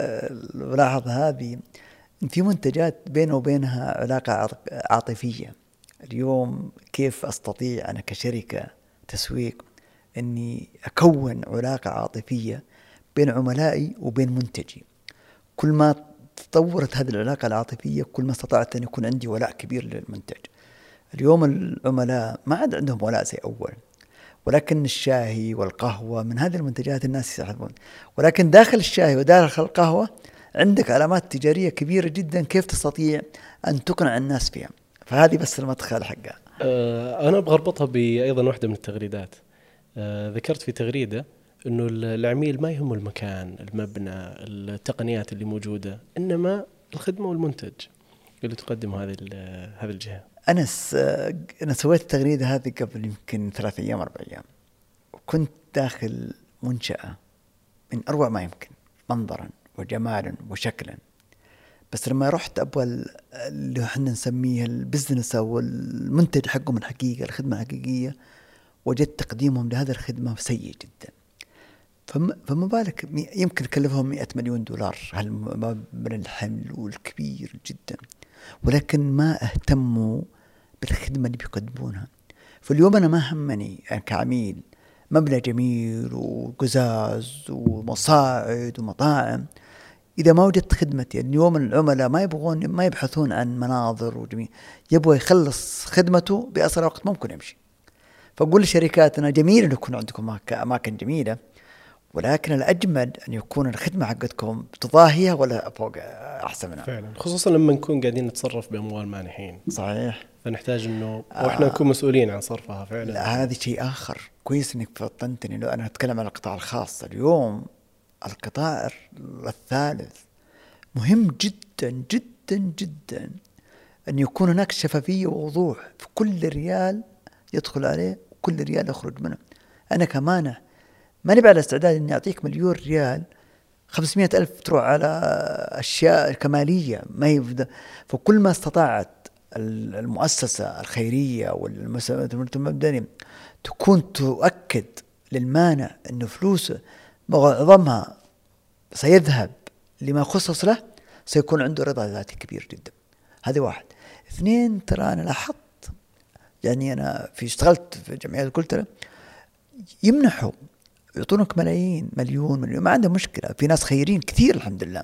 الملاحظة هذه في منتجات بينه وبينها علاقة عاطفية. اليوم كيف أستطيع أنا كشركة تسويق أني أكون علاقة عاطفية بين عملائي وبين منتجي؟ كل ما تطورت هذه العلاقة العاطفية كل ما استطعت أن يكون عندي ولاء كبير للمنتج. اليوم العملاء ما عاد عندهم ولاء زي أول، ولكن الشاهي والقهوة من هذه المنتجات الناس يحبون. ولكن داخل الشاهي وداخل القهوة عندك علامات تجارية كبيرة جدا، كيف تستطيع أن تقنع الناس فيها؟ فهذه بس المدخل حقها. أه أنا أبغى أربطها بأيضا واحدة من التغريدات. أه ذكرت في تغريدة أنه العميل ما يهم المكان، المبنى، التقنيات اللي موجودة، إنما الخدمة والمنتج اللي تقدمه هذه هذه الجهة. أنا أنا سويت التغريدة هذه قبل يمكن ثلاث أيام أربع أيام، وكنت داخل منشأة من أروع ما يمكن منظرا وجمالا وشكلا، بس لما رحت أبغى اللي احنا نسميه البزنس أو المنتج حقهم الحقيقي، الخدمة الحقيقية، وجدت تقديمهم لهذا الخدمة سيء جدا. فما بالك يمكن كلفهم مئة مليون دولار من الحمل والكبير جدا، ولكن ما اهتموا بالخدمة اللي بيقدمونها. فاليوم أنا ما همني يعني كعميل مبنى جميل وقزاز ومصاعد ومطاعم إذا ما وجدت خدمتي. اليوم العملاء ما يبغون ما يبحثون عن مناظر وجميل، يبغى يخلص خدمته بأسرع وقت ممكن يمشي. فأقول لشركاتنا جميل أن يكون عندكم أماكن جميلة، ولكن الأجمل أن يكون الخدمة حقتكم تضاهيها ولا فوق أحسن منها. فعلا، خصوصا لما نكون قاعدين نتصرف بأموال مانحين. صحيح. فنحتاج إنه وإحنا نكون مسؤولين عن صرفها فعلا. لا هذا شيء آخر. كويس إنك فطنتني. لو أنا أتكلم عن القطاع الخاص اليوم، القطاع الثالث مهم جدا جدا جدا أن يكون هناك شفافية ووضوح في كل ريال يدخل عليه وكل ريال يخرج منه. أنا كمانع ما نبي على استعداد إني أعطيك مليون ريال خمسمائة ألف تروح على أشياء كمالية ما يبدأ. فكل ما استطاعت المؤسسة الخيرية والمبدأ تكون تؤكد للمانع إنه فلوسه معظمها سيذهب لما خصص له، سيكون عنده رضا ذاتي كبير جدا. هذا واحد. اثنين، ترى أنا لاحظت يعني أنا في اشتغلت في جمعية قلت له يمنحوا يعطونك ملايين مليون مليون ما عندهم مشكلة، في ناس خيرين كثير الحمد لله،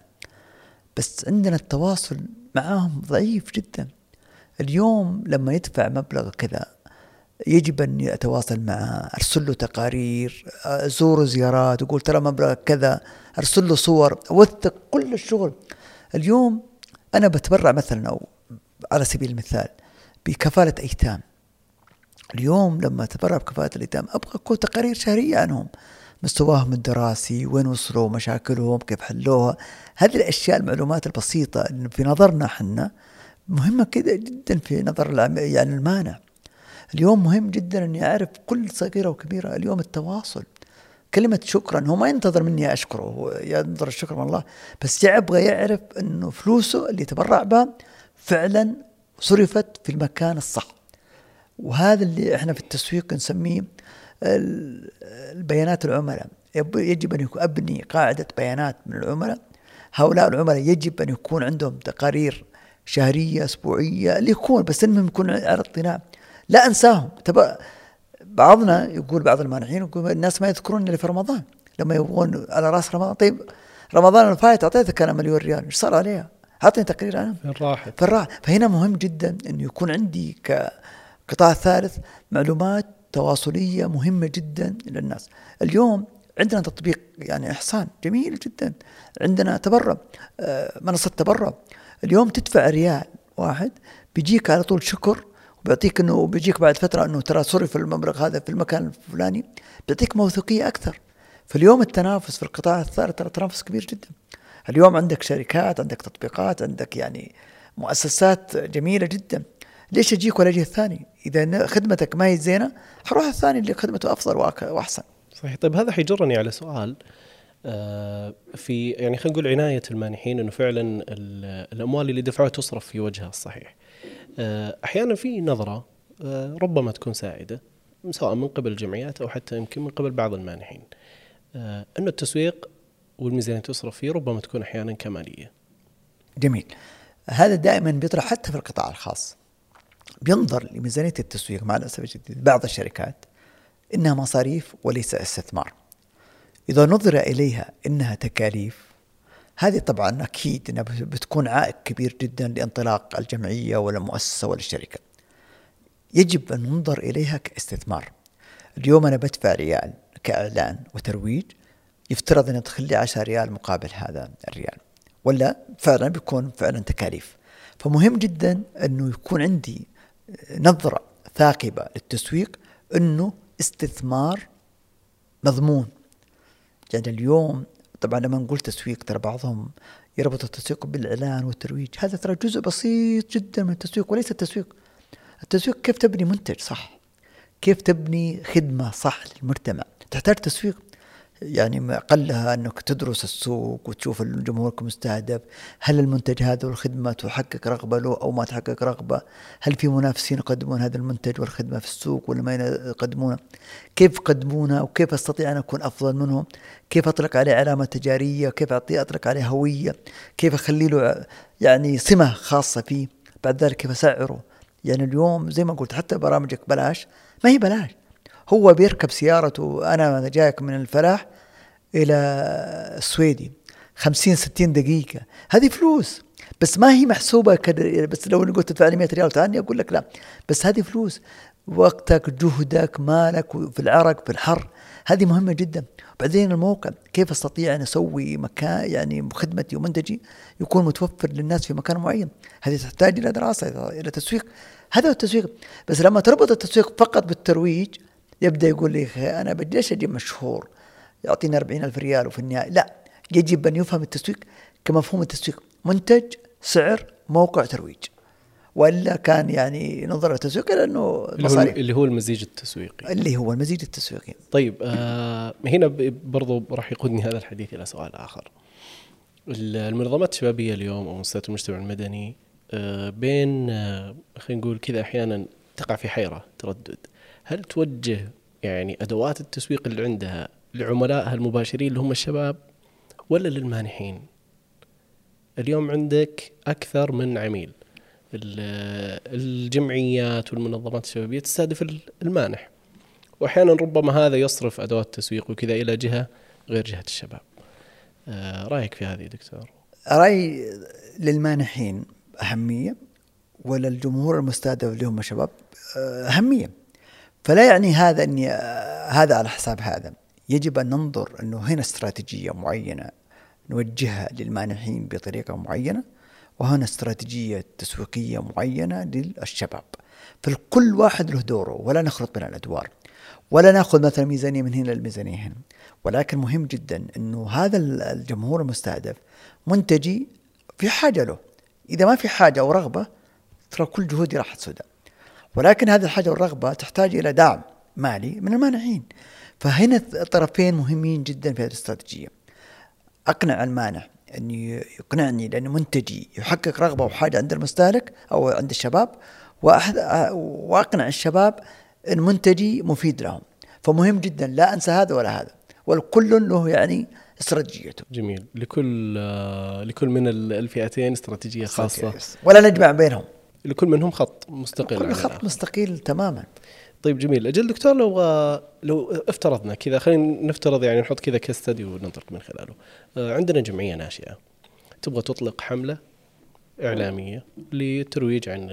بس عندنا التواصل معهم ضعيف جدا. اليوم لما يدفع مبلغ كذا يجب أن يتواصل معه، أرسل له تقارير، أزور زيارات، أقول ترى مبلغ كذا، أرسل له صور، أوثق كل الشغل. اليوم أنا بتبرع مثلا أو على سبيل المثال بكفالة أيتام، اليوم لما أتبرع بكفاءة الأيتام أبغى أكون تقارير شهرية عنهم، مستواهم الدراسي، وين وصلوا، مشاكلهم كيف حلوها. هذه الأشياء، المعلومات البسيطة اللي في نظرنا حنا مهمة كده جدا في نظر يعني المانع. اليوم مهم جدا أن يعرف كل صغيرة وكبيرة اليوم التواصل، كلمة شكرا. هو ما ينتظر مني أشكره، هو ينتظر الشكر من الله، بس يبغى يعرف أنه فلوسه اللي تبرع بها فعلا صرفت في المكان الصح. وهذا اللي احنا في التسويق نسميه البيانات العملاء. يجب أن يكون أبني قاعدة بيانات من العملاء. هؤلاء العملاء يجب أن يكون عندهم تقارير شهرية أسبوعية اللي يكون، بس المهم يكون على اطلاع، لا أنساهم. تبقى بعضنا يقول، بعض المانحين يقول الناس ما يذكرون اللي في رمضان لما يبغون على رأس رمضان. طيب رمضان الفايت أعطيتك أنا مليون ريال، إيش صار عليها؟ أعطني تقرير عنها. في الراحة في الراحة. فهنا مهم جدا أن يكون عندي كقطاع ثالث معلومات تواصلية مهمة جدا للناس. اليوم عندنا تطبيق يعني إحسان جميل جدا، عندنا تبرع، منصة تبرع. اليوم تدفع ريال واحد بيجيك على طول شكر، وبيعطيك انه بيجيك بعد فترة انه ترى صرف المبلغ هذا في المكان الفلاني، بيعطيك موثوقية اكثر. فاليوم التنافس في القطاع الثالث ترى تنافس كبير جدا. اليوم عندك شركات، عندك تطبيقات، عندك يعني مؤسسات جميلة جدا. ليش اجيك ولا اجي الثاني؟ اذا خدمتك ما هي زينة حروح الثاني اللي خدمته افضل واحسن. صحيح. طيب هذا حيجرني على سؤال في يعني خلينا نقول عناية المانحين، انه فعلا الاموال اللي دفعوها تصرف في وجهها الصحيح. احيانا في نظرة ربما تكون سائدة سواء من قبل الجمعيات او حتى يمكن من قبل بعض المانحين، انه التسويق والميزانية تصرف فيه ربما تكون احيانا كمالية. جميل. هذا دائما بيطرح حتى في القطاع الخاص، بينظر لميزانية التسويق مع الأسف الشديد بعض الشركات إنها مصاريف وليس استثمار. إذا نظر إليها إنها تكاليف، هذه طبعا أكيد إنها بتكون عائق كبير جدا لانطلاق الجمعية ولا المؤسسة ولا الشركة. يجب أن ننظر إليها كاستثمار. اليوم أنا بدفع ريال كإعلان وترويج، يفترض أن يدخل لي عشرة ريال مقابل هذا الريال، ولا فعلا بيكون فعلا تكاليف. فمهم جدا أنه يكون عندي نظرة ثاقبة للتسويق، أنه استثمار مضمون. يعني اليوم طبعا لما نقول تسويق ترى بعضهم يربط التسويق بالإعلان والترويج، هذا ترى جزء بسيط جدا من التسويق وليس التسويق. التسويق كيف تبني منتج صح، كيف تبني خدمة صح للمجتمع، تحتاج تسويق. يعني ما أقلها أنك تدرس السوق وتشوف الجمهور كمستهدف، هل المنتج هذا والخدمة تحقق رغبة له أو ما تحقق رغبة، هل في منافسين يقدمون هذا المنتج والخدمة في السوق ولا ما يقدمونه، كيف يقدمونه وكيف أستطيع أن أكون أفضل منهم، كيف أطلق عليه علامة تجارية، كيف أعطيه أطلق عليه هوية، كيف أخلي له يعني سمة خاصة فيه، بعد ذلك كيف أسعره. يعني اليوم زي ما قلت حتى برامجك بلاش ما هي بلاش، هو بيركب سيارته. أنا جايك من الفلاح إلى السويدي خمسين ستين دقيقة، هذه فلوس بس ما هي محسوبة كده. بس لو قلت تدفع لي مئة ريال ثانية أقول لك لا، بس هذه فلوس، وقتك، جهدك، مالك في العرق في الحر، هذه مهمة جدا. بعدين الموقع، كيف أستطيع أن أسوي مكان يعني خدمتي ومنتجي يكون متوفر للناس في مكان معين، هذه تحتاج إلى دراسة، إلى تسويق. هذا هو التسويق. بس لما تربط التسويق فقط بالترويج يبدأ يقول لي أنا بدي ليش أجيب مشهور يعطينا أربعين ألف ريال وفي النهاية لا. يجب أن يفهم التسويق كمفهوم التسويق: منتج، سعر، موقع، ترويج. وإلا كان يعني نظر التسويق إلى أنه مصاريف، اللي هو المزيج التسويقي اللي هو المزيج التسويقي. طيب آه هنا برضو راح يقودني هذا الحديث إلى سؤال آخر. المنظمات الشبابية اليوم أو مؤسسات المجتمع المدني آه بين آه خلينا نقول كذا أحيانا تقع في حيرة تردد، هل توجه يعني أدوات التسويق اللي عندها لعملائها المباشرين اللي هم الشباب ولا للمانحين؟ اليوم عندك أكثر من عميل، الجمعيات والمنظمات الشبابية تستهدف المانح، وأحيانا ربما هذا يصرف أدوات التسويق وكذا إلى جهة غير جهة الشباب. آه رأيك في هذه دكتور؟ رأي للمانحين أهمية، ولا الجمهور المستهدف اللي هم شباب أهمية. فلا يعني هذا أني هذا على حساب هذا. يجب أن ننظر أنه هنا استراتيجية معينة نوجهها للمانحين بطريقة معينة، وهنا استراتيجية تسويقية معينة للشباب. فالكل واحد له دوره، ولا نخلط بين الأدوار، ولا نأخذ مثلا ميزانية من هنا للميزانية هنا. ولكن مهم جدا أنه هذا الجمهور المستهدف منتجي في حاجة له. إذا ما في حاجة أو رغبة ترى كل جهودي راح تسودة. ولكن هذه الحاجة والرغبة تحتاج إلى دعم مالي من المانحين. فهنا الطرفين مهمين جدا في هذه الاستراتيجية. أقنع المانح أن يقنعني لأنه منتجي يحقق رغبة وحاجة عند المستهلك أو عند الشباب، وأقنع الشباب أن منتجي مفيد لهم. فمهم جدا لا أنسى هذا ولا هذا، والكل له يعني استراتيجيته. جميل. لكل لكل من الفئتين استراتيجية خاصة، ولا نجمع بينهم، لكل منهم خط مستقل، كل خط مستقل تماما. طيب جميل. أجل دكتور، لو لو افترضنا كذا، خلينا نفترض يعني نحط كذا كاستدي وننطلق من خلاله. عندنا جمعية ناشئة تبغى تطلق حملة إعلامية للترويج عن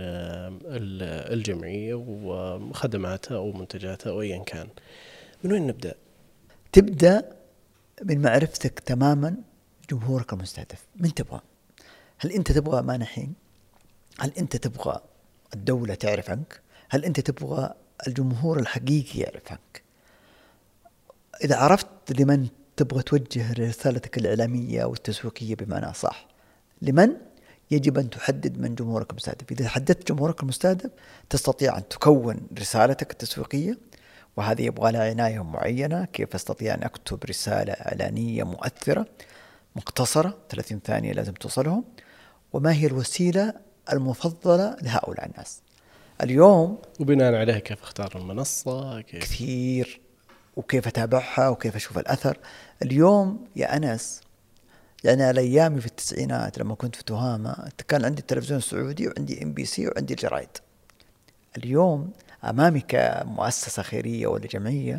الجمعية وخدماتها أو منتجاتها أو أيا كان، من وين نبدأ؟ تبدأ من معرفتك تماما جمهورك المستهدف. من تبغى؟ هل أنت تبغى مانحين؟ هل أنت تبغى الدولة تعرف عنك؟ هل أنت تبغى الجمهور الحقيقي يعرف عنك؟ إذا عرفت لمن تبغى توجه رسالتك الإعلامية والتسويقية بمعنى صح، لمن يجب أن تحدد من جمهورك المستهدف. إذا حددت جمهورك المستهدف تستطيع أن تكون رسالتك التسويقية، وهذه يبغى لها عناية معينة. كيف أستطيع أن أكتب رسالة إعلانية مؤثرة مقتصرة ثلاثين ثانية لازم توصلهم، وما هي الوسيلة المفضلة لهؤلاء الناس اليوم، وبناء عليها كيف اختار المنصة، كيف كثير، وكيف أتابعها وكيف أشوف الأثر. اليوم يا أنس، يعني على أيامي في التسعينات لما كنت في تهامة كان عندي التلفزيون السعودي وعندي إم بي سي وعندي الجرايد. اليوم أمامي كمؤسسة خيرية ولا جمعية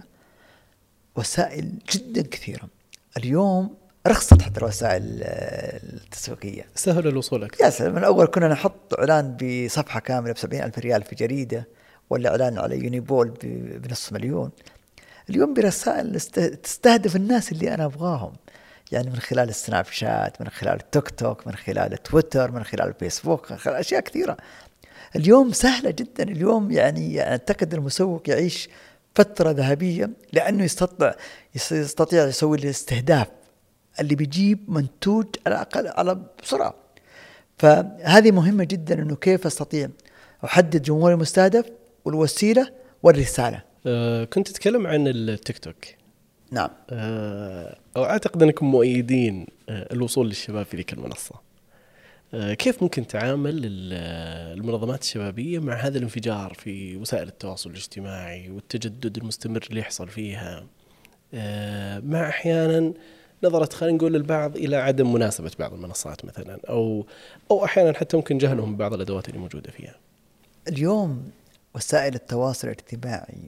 وسائل جدا كثيرة. اليوم رخصت حتى الوسائل التسويقية، سهل الوصول أكثر. يا سلام، من أول كنا نحط إعلان بصفحة كاملة بسبعين ألف ريال في جريدة، ولا إعلان على يونيبول بنصف مليون. اليوم برسائل تستهدف الناس اللي أنا أبغاهم، يعني من خلال السناب شات، من خلال التيك توك، من خلال تويتر، من خلال الفيسبوك، من خلال أشياء كثيرة. اليوم سهلة جدا. اليوم يعني أعتقد المسوق يعيش فترة ذهبية لأنه يستطيع يستطيع يسوي الاستهداف اللي بيجيب منتوج على الأقل على بسرعة. فهذه مهمة جدا، إنه كيف أستطيع أحدد جمهوري المستهدف والوسيلة والرسالة. أه كنت تتكلم عن التيك توك. نعم. أه أعتقد أنكم مؤيدين أه الوصول للشباب في ذيك المنصة. أه كيف ممكن تعامل المنظمات الشبابية مع هذا الانفجار في وسائل التواصل الاجتماعي والتجدد المستمر اللي يحصل فيها، أه مع أحيانا نظرة خلينا نقول البعض إلى عدم مناسبة بعض المنصات مثلا، أو أو أحيانا حتى ممكن جهلهم ببعض الأدوات اللي موجودة فيها. اليوم وسائل التواصل الاجتماعي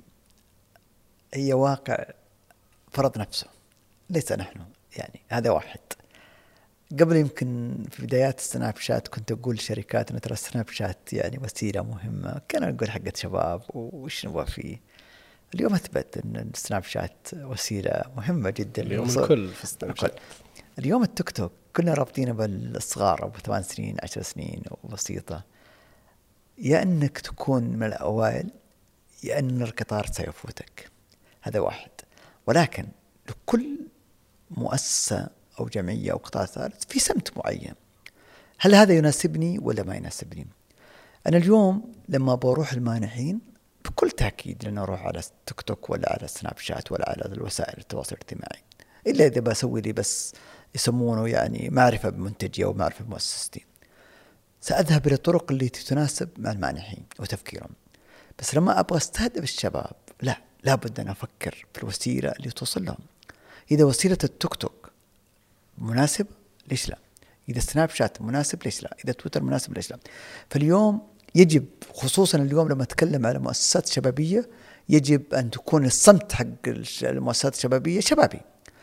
هي واقع فرض نفسه، ليس نحن. يعني هذا واحد. قبل يمكن في بدايات السناب شات كنت أقول لشركات أن ترى السناب شات يعني وسيلة مهمة، كان أقول حقة شباب وش نبغى فيه. اليوم أثبت أن السناب شات وسيلة مهمة جدا. اليوم الكل في السناب شات. اليوم التيك توك كنا رابطينه بالصغار أبو ثمان سنين عشر سنين وبسيطة، يا أنك تكون من الأوائل يا أن القطار سيفوتك. هذا واحد. ولكن لكل مؤسسة أو جمعية أو قطاع ثالث في سمت معين، هل هذا يناسبني ولا ما يناسبني؟ أنا اليوم لما بروح المانحين بكل تأكيد لأن أروح على تيك توك ولا على سناب شات ولا على الوسائل التواصل الاجتماعي، إلا إذا بسوي لي بس يسمونه يعني معرفة بمنتجي أو معرفة بمؤسستي، سأذهب إلى الطرق اللي تتناسب مع المانحين وتفكيرهم. بس لما أبغى استهدف الشباب لا لابد أن أفكر في الوسيلة اللي توصل لهم. إذا وسيلة التيك توك مناسب ليش لا؟ إذا سناب شات مناسب ليش لا؟ إذا تويتر مناسب ليش لا؟ فاليوم يجب، خصوصا اليوم لما أتكلم على مؤسسات شبابية، يجب أن تكون الصمت حق المؤسسات الشبابية شبابي.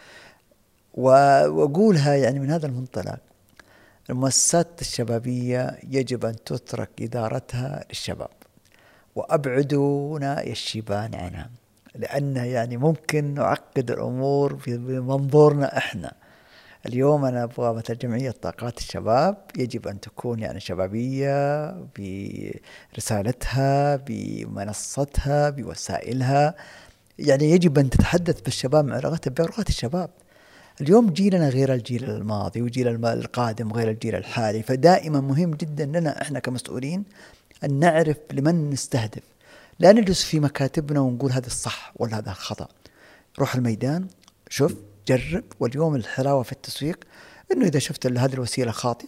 وأقولها يعني من هذا المنطلق، المؤسسات الشبابية يجب أن تترك إدارتها للشباب وأبعدونا الشيبان عنها، لأن يعني ممكن نعقد الأمور في منظورنا إحنا. اليوم أنا أبغى مثل جمعية طاقات الشباب يجب أن تكون يعني شبابية برسالتها، بمنصتها، بوسائلها، يعني يجب أن تتحدث بالشباب مع لغتها بلغة الشباب. اليوم جيلنا غير الجيل الماضي وجيل القادم غير الجيل الحالي، فدائما مهم جدا لنا إحنا كمسؤولين أن نعرف لمن نستهدف، لا نجلس في مكاتبنا ونقول هذا الصح ولا هذا الخطأ. روح الميدان، شوف، جرب. واليوم الحلاوة في التسويق إنه إذا شفت هذه الوسيلة خاطئة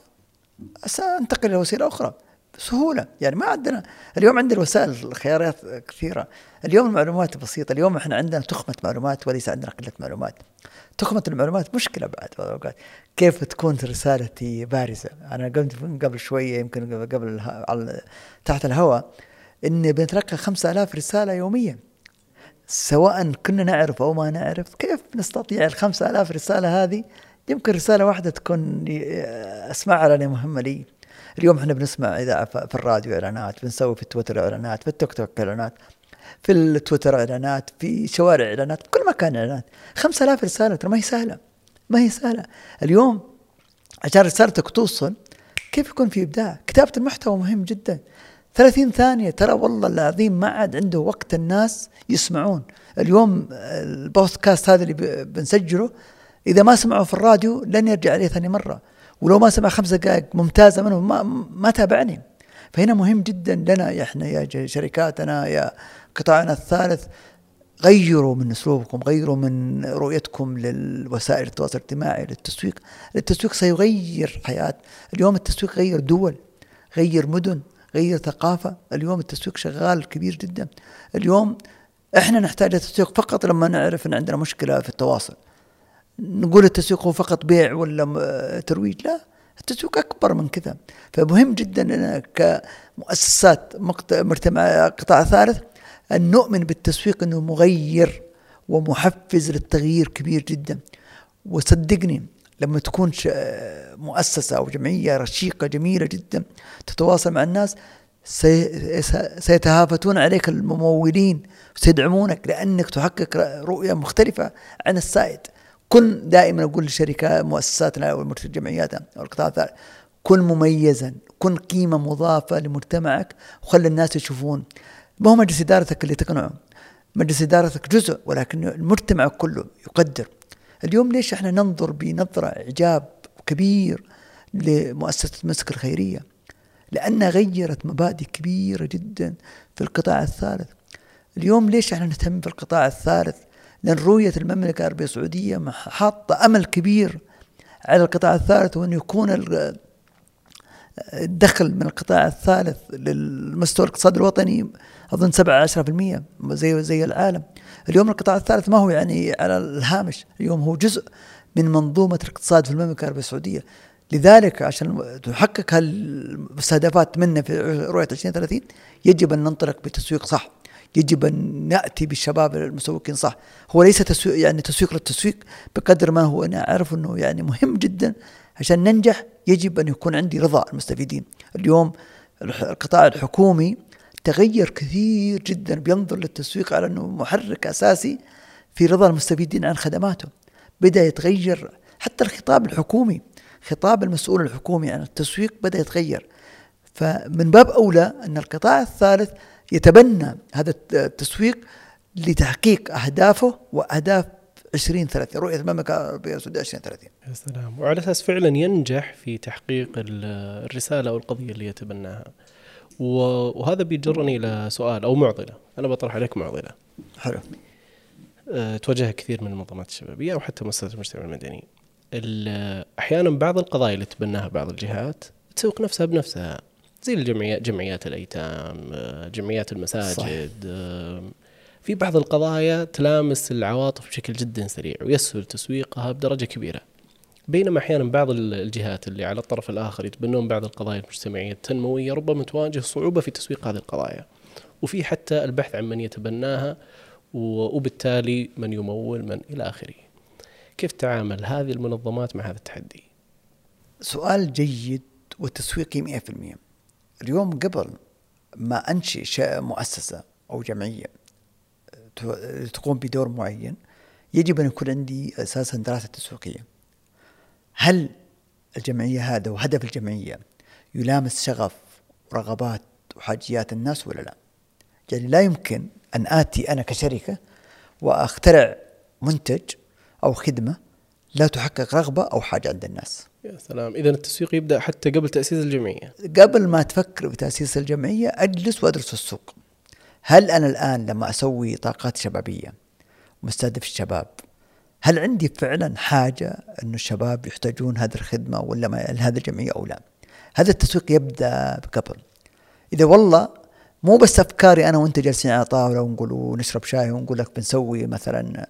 سأنتقل إلى وسيلة أخرى بسهولة. يعني ما عندنا اليوم عندنا الوسائل خيارات كثيرة. اليوم المعلومات بسيطة. اليوم إحنا عندنا تخمة معلومات وليس عندنا قلة معلومات. تخمة المعلومات مشكلة بعد الأوقات. كيف تكون رسالتي بارزة؟ أنا قمت قبل شوية يمكن قبل على تحت الهواء إني بنتلقى خمسة آلاف رسالة يوميا، سواء كنا نعرف أو ما نعرف. كيف نستطيع الخمسة آلاف رسالة هذه؟ يمكن رسالة واحدة تكون أسمعها لأنها مهمة لي. اليوم احنا بنسمع إذاعة في الراديو إعلانات، بنسوي في التويتر إعلانات، في التيك توك إعلانات، في التويتر إعلانات، في شوارع إعلانات، كل مكان إعلانات. خمسة آلاف رسالة ترى ما هي سهلة، ما هي سهلة. اليوم عشان رسالتك توصل كيف يكون في إبداع؟ كتابة المحتوى مهم جدا. ثلاثين ثانية ترى والله العظيم ما عاد عنده وقت الناس يسمعون. اليوم البودكاست هذا اللي بنسجله إذا ما سمعوا في الراديو لن يرجع عليه ثاني مرة، ولو ما سمع خمس دقائق ممتازة منه ما, ما تابعني. فهنا مهم جدا لنا إحنا يا شركاتنا يا قطاعنا الثالث، غيروا من أسلوبكم، غيروا من رؤيتكم للوسائل التواصل الاجتماعي للتسويق. التسويق سيغير حياة. اليوم التسويق غير دول، غير مدن، غير ثقافة. اليوم التسويق شغال كبير جدا. اليوم إحنا نحتاج التسويق فقط لما نعرف أن عندنا مشكلة في التواصل. نقول التسويق هو فقط بيع ولا ترويج؟ لا، التسويق أكبر من كذا. فمهم جدا أننا كمؤسسات مجتمع قطاع ثالث أن نؤمن بالتسويق أنه مغير ومحفز للتغيير كبير جدا. وصدقني لما تكون مؤسسة أو جمعية رشيقة جميلة جدا تتواصل مع الناس سيتهافتون عليك الممولين وسيدعمونك لأنك تحقق رؤية مختلفة عن السائد. كن دائما أقول للشركات مؤسساتنا والجمعيات والقطاع الثالث كن مميزا، كن قيمة مضافة لمجتمعك وخلي الناس يشوفون. ما هو مجلس إدارتك اللي تقنعه، مجلس إدارتك جزء ولكن المجتمع كله يقدر. اليوم ليش احنا ننظر بنظرة إعجاب كبير لمؤسسة مسك الخيرية؟ لأنها غيرت مبادئ كبيرة جدا في القطاع الثالث. اليوم ليش احنا نهتم في القطاع الثالث؟ لأن رؤية المملكة العربية السعودية حاطة أمل كبير على القطاع الثالث، وأن يكون الدخل من القطاع الثالث للمستوى الاقتصادي الوطني أظن سبعة عشر بالمئة زي زي العالم. اليوم القطاع الثالث ما هو يعني على الهامش، اليوم هو جزء من منظومة الاقتصاد في المملكة العربية السعودية. لذلك عشان تحقق هالمستهدفات منا في رؤية عشرين ثلاثين يجب أن ننطلق بتسويق صح، يجب أن نأتي بالشباب المسوقين صح. هو ليس تسويق يعني تسويق للتسويق بقدر ما هو أنا أعرف أنه يعني مهم جدا عشان ننجح يجب أن يكون عندي رضا المستفيدين. اليوم القطاع الحكومي تغير كثير جدا، بينظر للتسويق على أنه محرك أساسي في رضا المستفيدين عن خدماته. بدأ يتغير حتى الخطاب الحكومي، خطاب المسؤول الحكومي عن التسويق بدأ يتغير. فمن باب أولى أن القطاع الثالث يتبنى هذا التسويق لتحقيق أهدافه وأهداف عشرين ثلاثين، رؤية المملكة العربية السعودية عشرين ثلاثين. يا سلام. وعلى أساس فعلا ينجح في تحقيق الرسالة أو القضية اللي يتبناها. وهذا بيجرني إلى سؤال أو معضلة، أنا بطرح عليك معضلة. حلو. أه تواجهها كثير من المنظمات الشبابية أو حتى مؤسسات المجتمع المدني. أحيانا بعض القضايا اللي تبناها بعض الجهات تسوق نفسها بنفسها، زي الجمعيات، جمعيات الأيتام، جمعيات المساجد. صح. في بعض القضايا تلامس العواطف بشكل جدا سريع ويسهل تسويقها بدرجة كبيرة، بينما أحيانا بعض الجهات اللي على الطرف الآخر يتبنون بعض القضايا المجتمعية التنموية ربما تواجه صعوبة في تسويق هذه القضايا، وفي حتى البحث عن من يتبناها وبالتالي من يمول من إلى آخره. كيف تعامل هذه المنظمات مع هذا التحدي؟ سؤال جيد وتسويقي مئة في المئة. اليوم قبل ما أنشئ مؤسسة أو جمعية تقوم بدور معين يجب أن يكون عندي أساسا دراسة تسويقية. هل الجمعية هذا وهدف الجمعية يلامس شغف ورغبات وحاجيات الناس ولا لا؟ يعني لا يمكن أن آتي أنا كشركة وأخترع منتج أو خدمة لا تحقق رغبة أو حاجة عند الناس. يا سلام، إذن التسويق يبدأ حتى قبل تأسيس الجمعية. قبل ما تفكر بتأسيس الجمعية أجلس وأدرس السوق. هل أنا الآن لما أسوي طاقات شبابية مستهدف الشباب، هل عندي فعلا حاجة أن الشباب يحتاجون هذه الخدمة ولا ما هذه الجمعية أو لا؟ هذا التسويق يبدأ قبل. إذا والله مو بس أفكاري أنا وأنت جالسين على طاولة ونقول ونشرب شاي ونقول لك بنسوي مثلا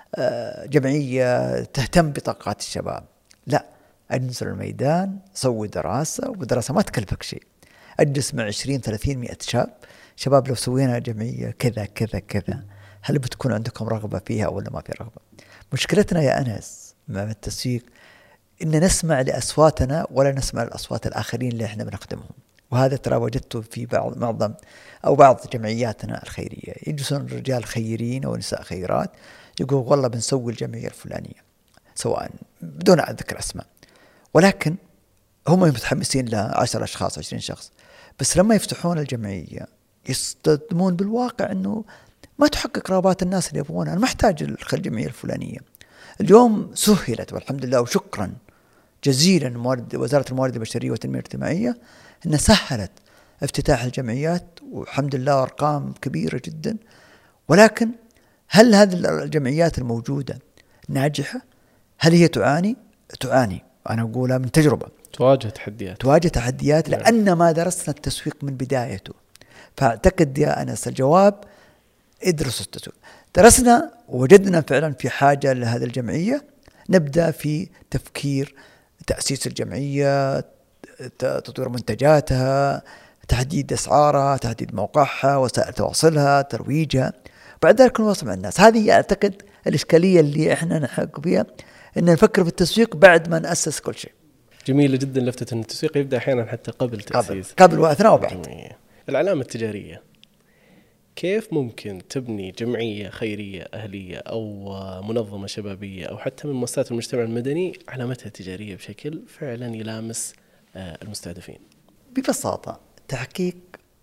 جمعية تهتم بطاقات الشباب، لا، أنزل الميدان، سوي دراسة، ودراسة ما تكلفك شيء، أجلس مع عشرين ثلاثين مئة شاب، شباب لو سوينا جمعية كذا كذا كذا هل بتكون عندكم رغبة فيها ولا ما في رغبة؟ مشكلتنا يا أنس مع التسويق إن نسمع لأصواتنا ولا نسمع لأصوات الآخرين اللي إحنا بنخدمهم. وهذا ترى وجدته في بعض معظم أو بعض جمعياتنا الخيرية، يجلسون رجال خيرين ونساء خيرات يقول والله بنسوي الجمعية الفلانية، سواء بدون ذكر أسماء، ولكن هم متحمسين لها عشر أشخاص عشرين شخص، بس لما يفتحون الجمعية يصطدمون بالواقع أنه ما تحقق رغبات الناس اللي يبغونها. أنا محتاج الجمعية الفلانية. اليوم سهلت والحمد لله وشكرا جزيلا موارد وزارة الموارد البشرية والتنمية الاجتماعية أنها سهلت افتتاح الجمعيات، والحمد لله أرقام كبيرة جدا. ولكن هل هذه الجمعيات الموجودة ناجحة؟ هل هي تعاني؟ تعاني، أنا أقولها من تجربة، تواجه تحديات تواجه تحديات لأن ما درسنا التسويق من بدايته. فأعتقد يا أنس الجواب ادرسوا التسويق. درسنا ووجدنا فعلا في حاجة لهذه الجمعية، نبدأ في تفكير تأسيس الجمعية، تطوير منتجاتها، تحديد أسعارها، تحديد موقعها، وسائل تواصلها، ترويجها، بعد ذلك نواصل مع الناس. هذه أعتقد الإشكالية اللي إحنا نحق بها، إن نفكر في التسويق بعد ما نأسس كل شيء. جميلة جدا لفتة أن التسويق يبدأ أحيانا حتى قبل تأسيس، قبل, قبل وأثناء وبعد. العلامة التجارية، كيف ممكن تبني جمعية خيرية أهلية أو منظمة شبابية أو حتى من مؤسسات المجتمع المدني علامتها تجارية بشكل فعلا يلامس المستهدفين؟ ببساطة تحقيق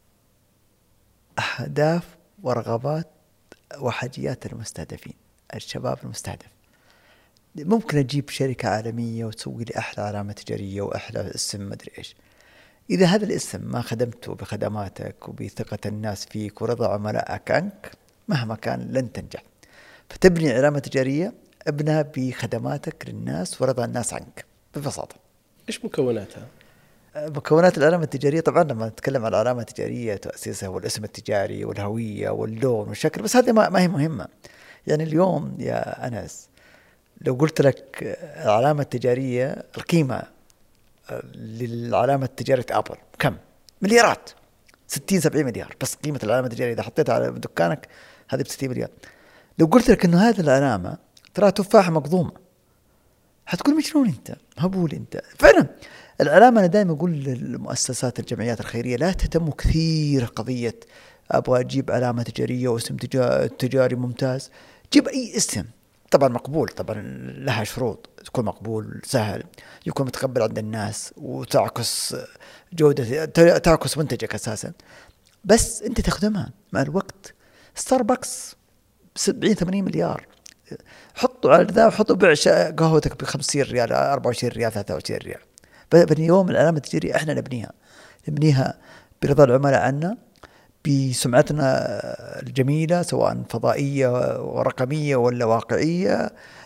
أهداف ورغبات وحاجيات المستهدفين، الشباب المستهدف. ممكن أجيب شركة عالمية وتسوي لي أحلى علامة تجارية وأحلى اسم مدري إيش، إذا هذا الاسم ما خدمته بخدماتك وبثقة الناس فيك ورضا عملائك عنك مهما كان لن تنجح. فتبني علامة تجارية ابنها بخدماتك للناس ورضا الناس عنك ببساطة. إيش مكوناتها؟ مكونات العلامة التجارية طبعا لما نتكلم عن العلامة التجارية تأسيسها والاسم التجاري والهوية واللون والشكل، بس هذه ما هي مهمة. يعني اليوم يا أنس لو قلت لك العلامة التجارية القيمة للعلامة التجارية أبل كم؟ مليارات، ستين سبعين مليار بس قيمة العلامة التجارية إذا حطيتها على دكانك هذه بستين مليار. لو قلت لك إنه هذه العلامة ترى تفاحة مقضومة حتقول مجنون أنت، هبول أنت. فعلا العلامة أنا دائما أقول للمؤسسات الجمعيات الخيرية لا تهتموا كثير قضية أبغى أجيب علامة تجارية واسم تجاري ممتاز. جيب أي اسم طبعا مقبول، طبعا لها شروط، تكون مقبول سهل، يكون متقبل عند الناس وتعكس جودة، تعكس منتجك أساسا، بس أنت تخدمها مع الوقت. ستاربكس سبعين ثمانين مليار، حطوا على ذا وحطوا بيع قهوتك بخمسين ريال أربعة وعشرين ريال ثلاثة وعشرين ريال. بني يوم العلامة التجارية احنا نبنيها نبنيها برضا العملاء عنا، بسمعتنا الجميلة سواء فضائية ورقمية ولا واقعية،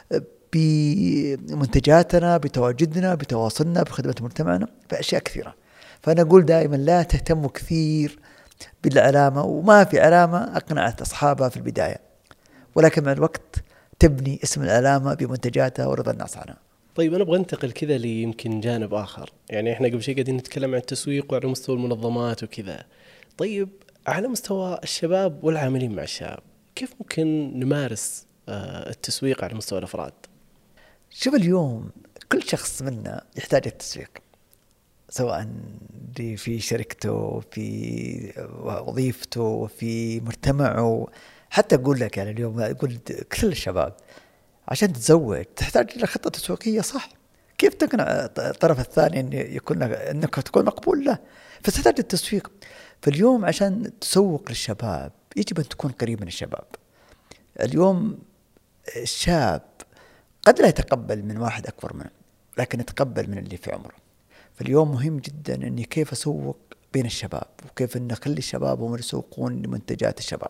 بمنتجاتنا، بتواجدنا، بتواصلنا، بخدمة مجتمعنا، بأشياء كثيرة. فأنا أقول دائما لا تهتموا كثير بالعلامة، وما في علامة أقنعت أصحابها في البداية، ولكن مع الوقت تبني اسم العلامة بمنتجاتها ورضا الناس عنها. طيب أنا أبغى أنتقل كذا ليمكن جانب آخر، يعني إحنا قبل شيء قاعدين نتكلم عن التسويق وعلى مستوى المنظمات وكذا. طيب على مستوى الشباب والعاملين مع الشباب كيف ممكن نمارس التسويق على مستوى الأفراد؟ شوف اليوم كل شخص منا يحتاج التسويق، سواء في شركته، في وظيفته، في مجتمعه. حتى أقول لك يعني اليوم أقول كل الشباب عشان تتزوج تحتاج إلى خطة تسويقية صح. كيف تقنع الطرف الثاني أن يكون أنك تكون مقبول له؟ فتحتاج التسويق. فاليوم عشان تسوق للشباب يجب أن تكون قريب من الشباب. اليوم الشاب قد لا يتقبل من واحد أكبر منه، لكن يتقبل من اللي في عمره. فاليوم مهم جدا أني كيف أسوق بين الشباب، وكيف أن أخلي الشباب هم يسوقون لمنتجات الشباب.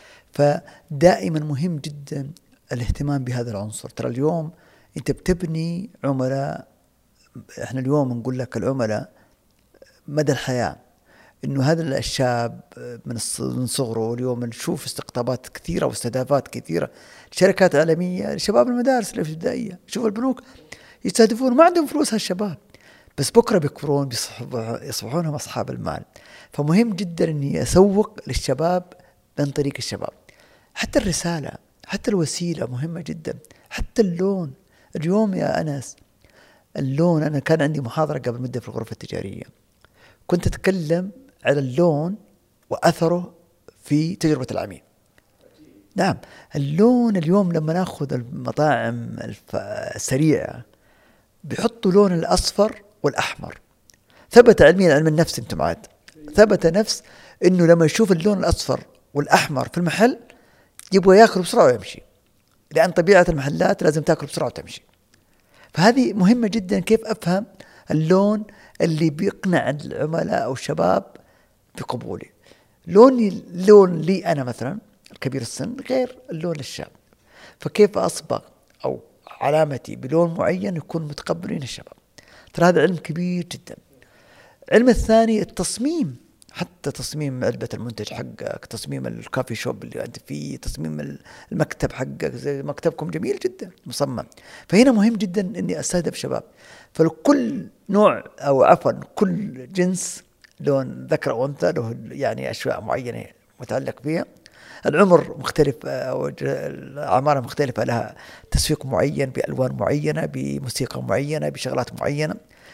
فدائما مهم جدا الاهتمام بهذا العنصر. ترى اليوم أنت بتبني عملاء، إحنا اليوم نقول لك العملاء مدى الحياة، إنه هذا الشاب من صغره اليوم نشوف استقطابات كثيرة واستهدافات كثيرة، شركات عالمية لشباب المدارس الابتدائية. شوف البنوك يستهدفون، ما عندهم فلوس هالشباب، بس بكرة بيكبرون يصبحون هم أصحاب المال. فمهم جدا إني أسوق للشباب من طريق الشباب. حتى الرسالة، حتى الوسيلة مهمة جدا، حتى اللون. اليوم يا أنس اللون، أنا كان عندي محاضرة قبل مدة في الغرفة التجارية، كنت أتكلم على اللون وأثره في تجربة العميل. نعم، اللون اليوم لما نأخذ المطاعم السريعة بيحطوا لون الأصفر والأحمر. ثبت علميا، علم النفس انتم عاد، ثبت نفس إنه لما يشوف اللون الأصفر والأحمر في المحل يبغى يأكل بسرعة ويمشي، لأن طبيعة المحلات لازم تأكل بسرعة وتمشي. فهذه مهمة جدا، كيف أفهم اللون اللي بيقنع العملاء أو الشباب بقبولي. لوني لون لي أنا مثلا الكبير السن غير اللون للشاب، فكيف أصبغ أو علامتي بلون معين يكون متقبلين الشباب. ترى هذا علم كبير جدا. علم الثاني التصميم، حتى تصميم علبة المنتج حقك، تصميم الكافي شوب اللي أنت فيه، تصميم المكتب حقك، زي مكتبكم جميل جدا مصمم. فهنا مهم جدا إني أستهدف شباب. فلكل نوع أو عفوا كل جنس لون ذكر أو أنثى له يعني أشياء معينة متعلق فيها. العمر مختلف أو الأعمار مختلفة، لها تسويق معين بألوان معينة، بموسيقى معينة، بشغلات معينة.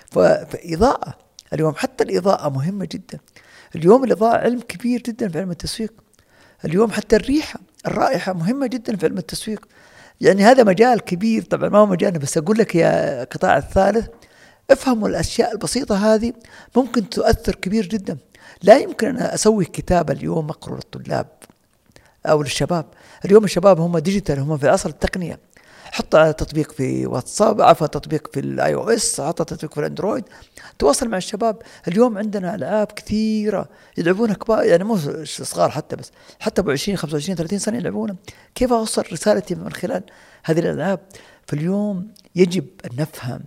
فإضاءة اليوم، حتى الإضاءة مهمة جدا. اليوم الإضاءة علم كبير جدا في علم التسويق. اليوم حتى الريحة، الرائحة مهمة جدا في علم التسويق. يعني هذا مجال كبير طبعا، ما هو مجالنا، بس أقول لك يا قطاع الثالث افهموا الأشياء البسيطة هذه ممكن تؤثر كبير جدا. لا يمكن أن أسوي كتاب اليوم أقرأ للطلاب أو للشباب. اليوم الشباب هم ديجيتال، هم في عصر التقنية. حط تطبيق في واتساب، عفوا تطبيق في الاي او اس، حط تطبيق في الاندرويد، تواصل مع الشباب. اليوم عندنا العاب كثيره يلعبونها كبار، يعني مو صغار حتى، بس حتى ابو عشرين خمسة وعشرين ثلاثين سنه يلعبونها. كيف اوصل رسالتي من خلال هذه الالعاب؟ فاليوم يجب ان نفهم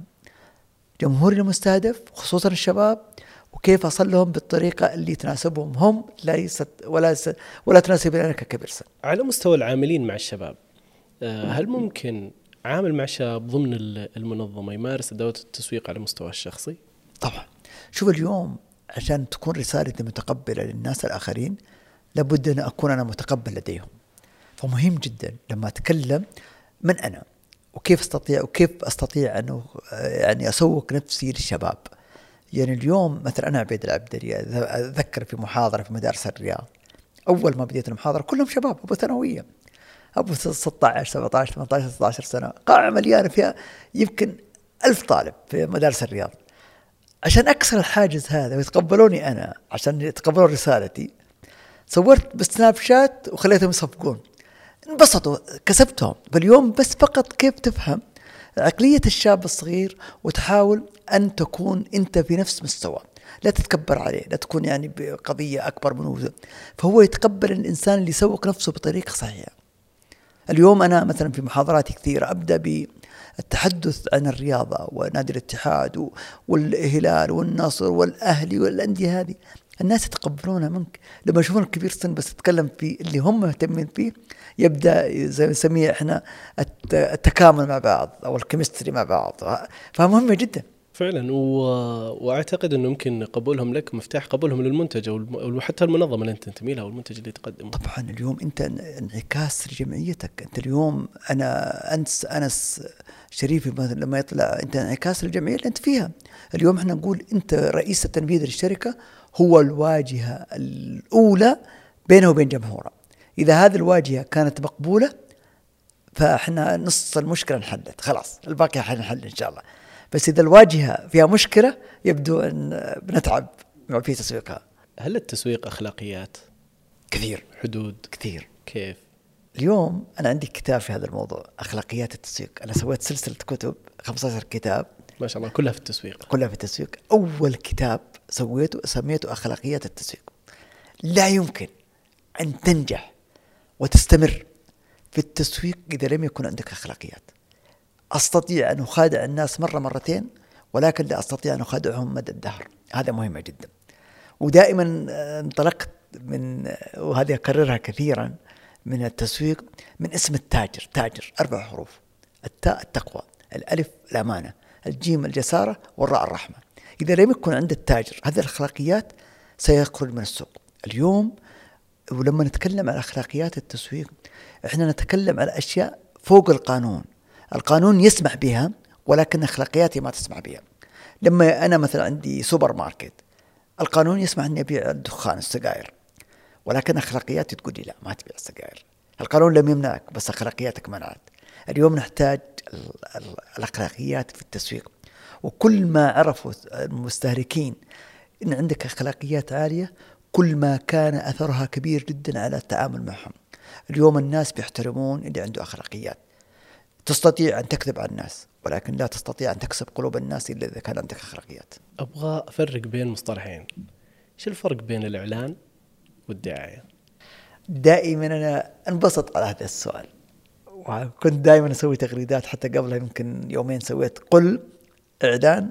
جمهورنا المستهدف خصوصا الشباب، وكيف اصل لهم بالطريقه اللي تناسبهم هم، ليست ولا ولا تناسب لنا ككبير سن. على مستوى العاملين مع الشباب، هل ممكن عامل مع شاب ضمن المنظمة يمارس أدوات التسويق على مستوى الشخصي؟ طبعا. شوف اليوم عشان تكون رسالتي متقبلة للناس الآخرين لابد أن أكون أنا متقبل لديهم. فمهم جدا لما أتكلم من أنا، وكيف أستطيع وكيف أستطيع أنه يعني أسوق نفسي للشباب. يعني اليوم مثلا أنا عبيد العبدلي أذكر في محاضرة في مدارس الرياض، أول ما بديت المحاضرة كلهم شباب أبو ثانوية، أبو ستة عشر سبعة عشر ثمانية عشر ستة عشر سنة، قاعة مليانة فيها يمكن ألف طالب في مدارس الرياض. عشان أكسر الحاجز هذا ويتقبلوني أنا، عشان يتقبلون رسالتي، صورت بسناب شات وخليتهم يصفقون، انبسطوا، كسبتهم. فاليوم بس فقط كيف تفهم عقلية الشاب الصغير وتحاول أن تكون أنت في نفس مستوى، لا تتكبر عليه، لا تكون يعني بقضية أكبر منه، فهو يتقبل الإنسان اللي يسوق نفسه بطريقة صحيحة. اليوم أنا مثلا في محاضراتي كثيرة أبدأ بالتحدث عن الرياضة ونادي الاتحاد والهلال والنصر والأهلي والأندية هذه، الناس يتقبلونها منك لما يشوفون الكبير سن بس تتكلم في اللي هم مهتمين فيه، يبدأ زي ما نسميه إحنا التكامل مع بعض أو الكيمستري مع بعض. فمهمة جدا فعلا. و... واعتقد انه يمكن قبولهم لك مفتاح قبولهم للمنتج او حتى المنظمه اللي انت تنتمي لها او المنتج اللي تقدمه. طبعا اليوم انت انعكاس لجمعيتك. انت اليوم انا انس انس شريفي لما يطلع انت انعكاس للجمعيه اللي انت فيها. اليوم احنا نقول انت رئيس التنفيذي للشركه، هو الواجهه الاولى بينه وبين جمهوره. اذا هذه الواجهه كانت مقبوله فاحنا نص المشكله انحلت، خلاص الباقي حنحل ان شاء الله. بس إذا الواجهة فيها مشكلة يبدو أن بنتعب في تسويقها. هل التسويق أخلاقيات؟ كثير. حدود؟ كثير. كيف؟ اليوم أنا عندي كتاب في هذا الموضوع، أخلاقيات التسويق. أنا سويت سلسلة كتب خمسة عشر كتاب ما شاء الله، كلها في التسويق. كلها في التسويق. أول كتاب سويته سميته أخلاقيات التسويق. لا يمكن أن تنجح وتستمر في التسويق إذا لم يكن عندك أخلاقيات. أستطيع أن أخادع الناس مرة مرتين، ولكن لا أستطيع أن أخادعهم مدى الدهر. هذا مهم جدا. ودائما انطلقت من، وهذه أكررها كثيرا، من التسويق من اسم التاجر. تاجر أربع حروف: التاء التقوى، الألف الأمانة، الجيم الجسارة، والراء الرحمة. إذا لم يكن عند التاجر هذه الأخلاقيات سيخرج من السوق. اليوم ولما نتكلم عن أخلاقيات التسويق إحنا نتكلم عن أشياء فوق القانون. القانون يسمح بها ولكن أخلاقياتي ما تسمح بها. لما أنا مثلا عندي سوبر ماركت، القانون يسمح أن يبيع الدخان السجائر، ولكن أخلاقياتي تقول لي لا ما تبيع السجائر. القانون لم يمنعك بس أخلاقياتك منعت. اليوم نحتاج الأخلاقيات في التسويق، وكل ما عرفوا المستهلكين إن عندك أخلاقيات عالية كل ما كان أثرها كبير جدا على التعامل معهم. اليوم الناس بيحترمون اللي عنده أخلاقيات. تستطيع أن تكذب على الناس ولكن لا تستطيع أن تكسب قلوب الناس إلا إذا كان عندك أخلاقيات. أبغى أفرق بين مصطلحين. إيش الفرق بين الإعلان والدعاية؟ دائما أنا انبسط على هذا السؤال، وكنت دائما أسوي تغريدات. حتى قبلها يمكن يومين سويت قل إعلان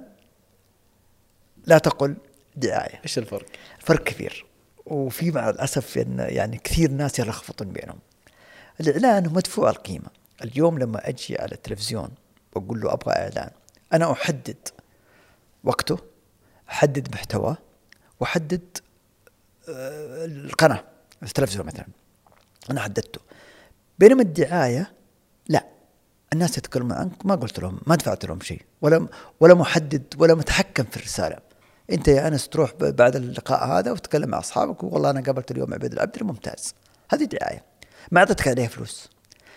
لا تقل دعاية. إيش الفرق؟ فرق كبير، وفي مع الأسف إن يعني كثير ناس يلخبطون بينهم. الإعلان هو مدفوع القيمة. اليوم لما أجي على التلفزيون وأقول له أبغى إعلان، أنا أحدد وقته، أحدد محتوى، وأحدد القناة. التلفزيون مثلا أنا حددته. بينما الدعاية لا، الناس يتكلمون عنك، ما قلت لهم، ما دفعت لهم شيء، ولا ولا محدد ولا متحكم في الرسالة. أنت يا أنس تروح بعد اللقاء هذا وتتكلم مع أصحابك، والله أنا قابلت اليوم عبيد العبدلي ممتاز. هذه دعاية ما أعطتك عليها فلوس.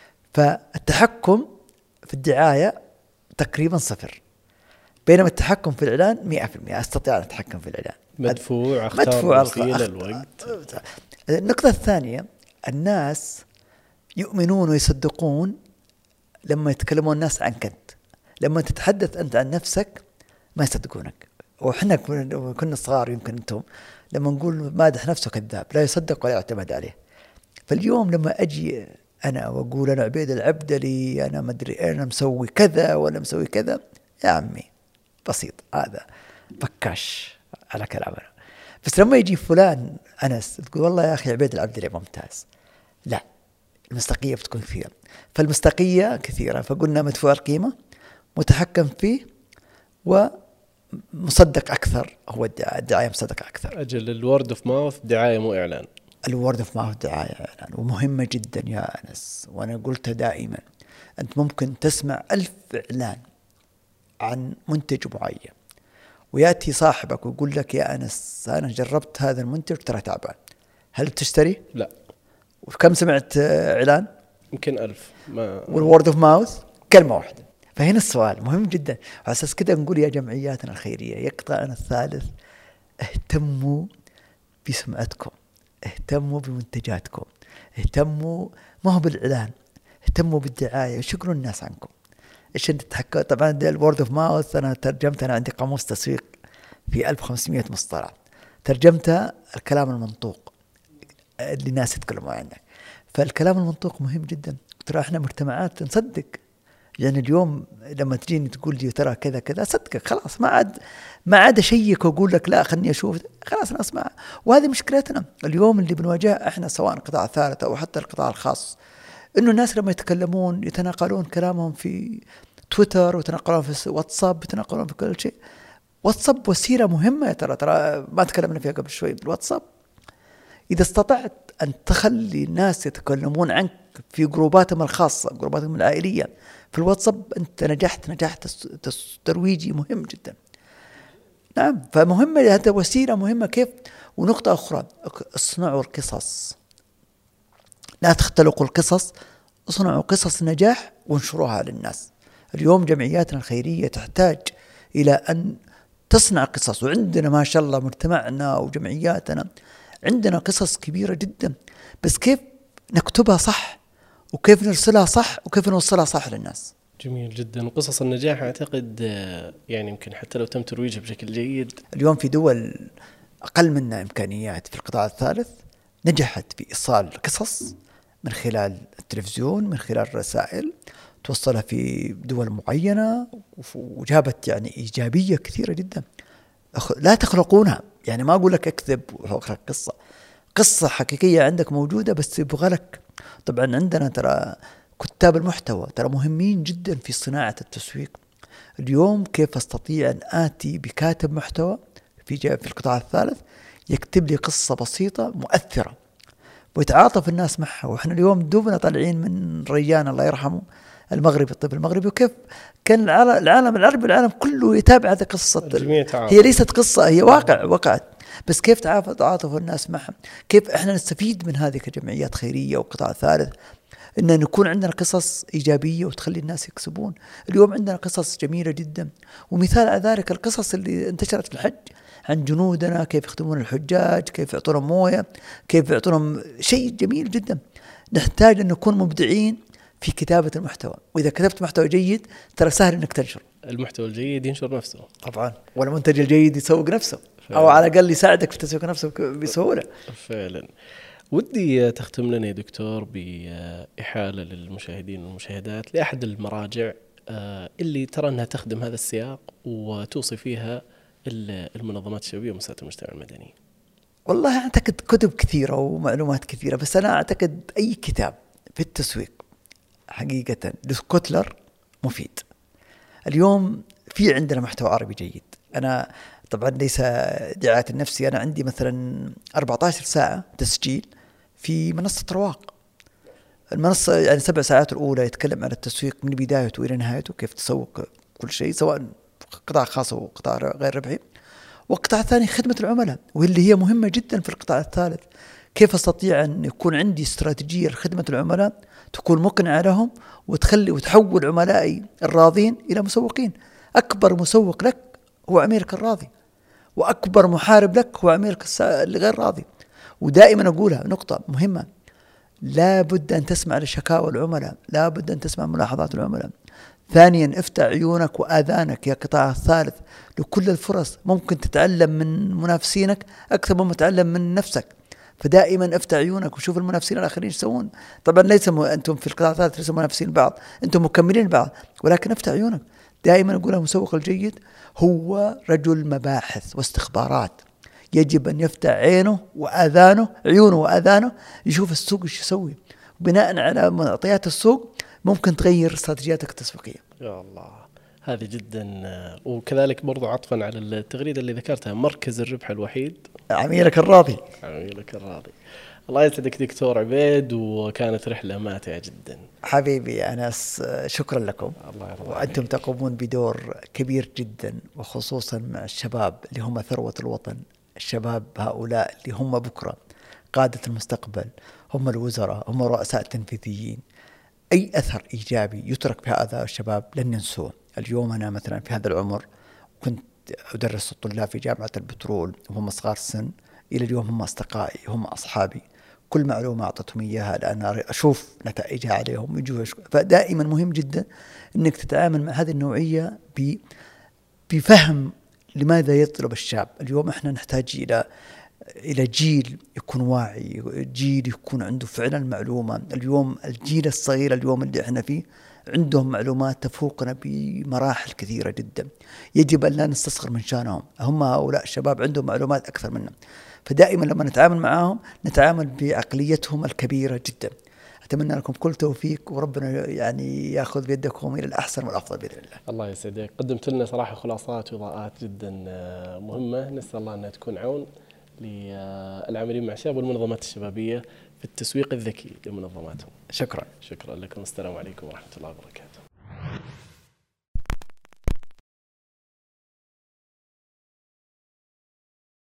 فالتحكم في الدعاية تقريبا صفر، بينما التحكم في الإعلان مئة في المئة. أستطيع أن أتحكم في الإعلان. مدفوع، أختار وسيلة، الوقت. النقطة الثانية، الناس يؤمنون ويصدقون لما يتكلمون الناس عنك أنت. لما تتحدث أنت عن نفسك ما يصدقونك. وإحنا كنا صغار يمكن أنتم لما نقول مادح نفسه كذاب، لا يصدق ولا يعتمد عليه. فاليوم لما أجي أنا وأقول أنا عبيد العبدلي، أنا مدري أنا مسوي كذا ولا مسوي كذا، يا عمي بسيط، هذا بكاش على كلامنا. بس لما يجي فلان أنس تقول والله يا أخي عبيد العبدلي ممتاز، لا، المصداقية بتكون كثيرة. فالمصداقية كثيرة، فقلنا مدفوع القيمة، متحكم فيه، ومصدق أكثر. هو الدعاية مصدق أكثر. أجل الورد اوف ماوث دعاية مو إعلان. الورد اوف ماوث دعاية إعلان، ومهمة جدا يا أنس. وأنا قلت دائما أنت ممكن تسمع ألف إعلان عن منتج معين، ويأتي صاحبك ويقول لك يا أنس أنا جربت هذا المنتج ترى تعبان، هل تشتري؟ لا. وكم سمعت إعلان؟ يمكن ألف. ما والورد اوف ماوث كلمة واحدة. فهنا السؤال مهم جدا. على أساس كده نقول يا جمعياتنا الخيرية، يقطعنا الثالث، اهتموا بسمعتكم، اهتموا بمنتجاتكم، اهتموا ما هو بالإعلان، اهتموا بالدعاية، وشكروا الناس عنكم. إيش أنت تحكوا؟ طبعا الورد اوف ماوث أنا ترجمتها، أنا عندي قاموس تسويق في ألف وخمسمئة مصطلح، ترجمتها الكلام المنطوق اللي الناس يتكلموا عنه. فالكلام المنطوق مهم جدا. ترى احنا مجتمعات نصدق، يعني اليوم لما تجيني تقول لي ترى كذا كذا صدقك، خلاص ما عاد ما عاد اشيك واقول لك لا خلني اشوف، خلاص انا اسمع. وهذه مشكلتنا اليوم اللي بنواجهها احنا سواء القطاع الثالث او حتى القطاع الخاص، انه الناس لما يتكلمون يتناقلون كلامهم في تويتر ويتناقلون في واتساب يتناقلون في كل شيء. واتساب وسيله مهمه يا ترى ترى ما تكلمنا فيها قبل شوي. الواتساب اذا استطعت أن تخلي الناس يتكلمون عنك في جروباتهم الخاصة، جروباتهم العائلية في الواتساب، أنت نجحت نجاح ترويجي مهم جدا. نعم، فمهمة هذا وسيلة مهمة. كيف؟ ونقطة أخرى، اصنعوا القصص، لا تختلقوا القصص، اصنعوا قصص نجاح وانشروها للناس. اليوم جمعياتنا الخيرية تحتاج إلى أن تصنع قصص. وعندنا ما شاء الله مجتمعنا وجمعياتنا عندنا قصص كبيرة جدا، بس كيف نكتبها صح وكيف نرسلها صح وكيف نوصلها صح للناس. جميل جدا. وقصص النجاح أعتقد يعني يمكن حتى لو تم ترويجها بشكل جيد، اليوم في دول أقل منا إمكانيات في القطاع الثالث نجحت في إيصال قصص من خلال التلفزيون، من خلال رسائل توصلها في دول معينة، وجابت يعني إيجابية كثيرة جدا. لا تخلقونها، يعني ما أقول لك اكذب وخلق قصة، قصة حقيقية عندك موجودة بس يبغى لك. طبعا عندنا ترى كتاب المحتوى ترى مهمين جدا في صناعة التسويق. اليوم كيف أستطيع أن آتي بكاتب محتوى في في القطاع الثالث يكتب لي قصة بسيطة مؤثرة ويتعاطف الناس معها. وإحنا اليوم دوبنا طالعين من ريان الله يرحمه المغربي، الطب المغربي، وكيف كان العالم العربي والعالم كله يتابع هذه قصة. هي ليست قصة، هي واقع وقعت، بس كيف تعاطف الناس معها. كيف إحنا نستفيد من هذه كجمعيات خيرية وقطاع ثالث إن نكون عندنا قصص إيجابية وتخلي الناس يكسبون. اليوم عندنا قصص جميلة جدا، ومثال على ذلك القصص اللي انتشرت في الحج عن جنودنا، كيف يخدمون الحجاج، كيف يعطونهم موية، كيف يعطونهم شيء جميل جدا. نحتاج أن نكون مبدعين في كتابة المحتوى، وإذا كتبت محتوى جيد ترى سهل أنك تنشر. المحتوى الجيد ينشر نفسه طبعا، والمنتج الجيد يسوق نفسه فعلا. أو على الأقل يساعدك في تسويق نفسه بسهولة فعلا. ودي تختم لنا يا دكتور بإحالة للمشاهدين والمشاهدات لأحد المراجع اللي ترى أنها تخدم هذا السياق وتوصي فيها المنظمات الشبابية ومؤسسات المجتمع المدني. والله أعتقد كتب كثيرة ومعلومات كثيرة، بس أنا أعتقد أي كتاب في التسويق حقيقة لسكوتلر مفيد. اليوم في عندنا محتوى عربي جيد. أنا طبعا ليس دعاية النفسي، أنا عندي مثلا أربعة عشر ساعة تسجيل في منصة رواق. المنصة يعني سبع ساعات الأولى يتكلم عن التسويق من بدايته إلى نهايته، كيف تسوق كل شيء سواء قطاع خاص أو قطاع غير ربحي. والقطاع الثاني خدمة العملاء، واللي هي مهمة جدا في القطاع الثالث. كيف أستطيع أن يكون عندي استراتيجية لخدمة العملاء تكون مقنعة لهم وتخلي وتحول عملائي الراضين إلى مسوقين. أكبر مسوق لك هو عميلك الراضي، وأكبر محارب لك هو عميلك الغير راضي. ودائما أقولها نقطة مهمة، لا بد أن تسمع لشكاوى العملاء، لا بد أن تسمع ملاحظات العملاء. ثانيا افتح عيونك وآذانك يا قطاع الثالث لكل الفرص. ممكن تتعلم من منافسينك أكثر مما تتعلم من نفسك، فدائما افتح عيونك وشوف المنافسين الآخرين يسوون. طبعا ليس م... أنتم في القطاع الثالث ليسوا منافسين بعض، أنتم مكملين بعض، ولكن افتح عيونك. دائما أقول المسوق الجيد هو رجل مباحث واستخبارات، يجب أن يفتح عينه وآذانه، عيونه وآذانه، يشوف السوق ايش يسوي، وبناء على معطيات السوق ممكن تغير استراتيجياتك التسويقية. يا الله، هذه جدا. وكذلك برضو عطفا على التغريدة اللي ذكرتها، مركز الربح الوحيد عميلك الراضي. عميلك الراضي. الله يسعدك دكتور عبيد، وكانت رحلة ماتعة جدا. حبيبي أنس، شكرا لكم. الله يرضى وأنتم عليك. تقومون بدور كبير جدا، وخصوصا مع الشباب اللي هم ثروة الوطن. الشباب هؤلاء اللي هم بكرة قادة المستقبل، هم الوزراء، هم الرؤساء التنفيذيين. أي أثر إيجابي يترك بهذا الشباب لن ننسوه. اليوم أنا مثلا في هذا العمر كنت أدرس الطلاب في جامعة البترول وهم صغار السن، إلى اليوم هم أصدقائي، هم أصحابي. كل معلومة أعطتهم إياها لأن أشوف نتائجها عليهم يجوا. فدائما مهم جدا أنك تتعامل مع هذه النوعية بفهم لماذا يطلب الشاب. اليوم إحنا نحتاج إلى إلى جيل يكون واعي، جيل يكون عنده فعلا معلومة. اليوم الجيل الصغير اليوم اللي إحنا فيه عندهم معلومات تفوقنا بمراحل كثيرة جدا، يجب أن لا نستصغر من شانهم. هم هؤلاء الشباب عندهم معلومات أكثر منا، فدائما لما نتعامل معهم نتعامل بعقليتهم الكبيرة جدا. أتمنى لكم كل توفيق، وربنا يعني يأخذ بيدكم إلى الأحسن والأفضل بإذن الله. الله يسعدك. قدمت لنا صراحة خلاصات وإضاءات جدا مهمة، نسأل الله أنها تكون عون للعاملين مع الشباب والمنظمات الشبابية في التسويق الذكي لمنظماتهم. شكرا. شكرا لكم. السلام عليكم ورحمة الله وبركاته.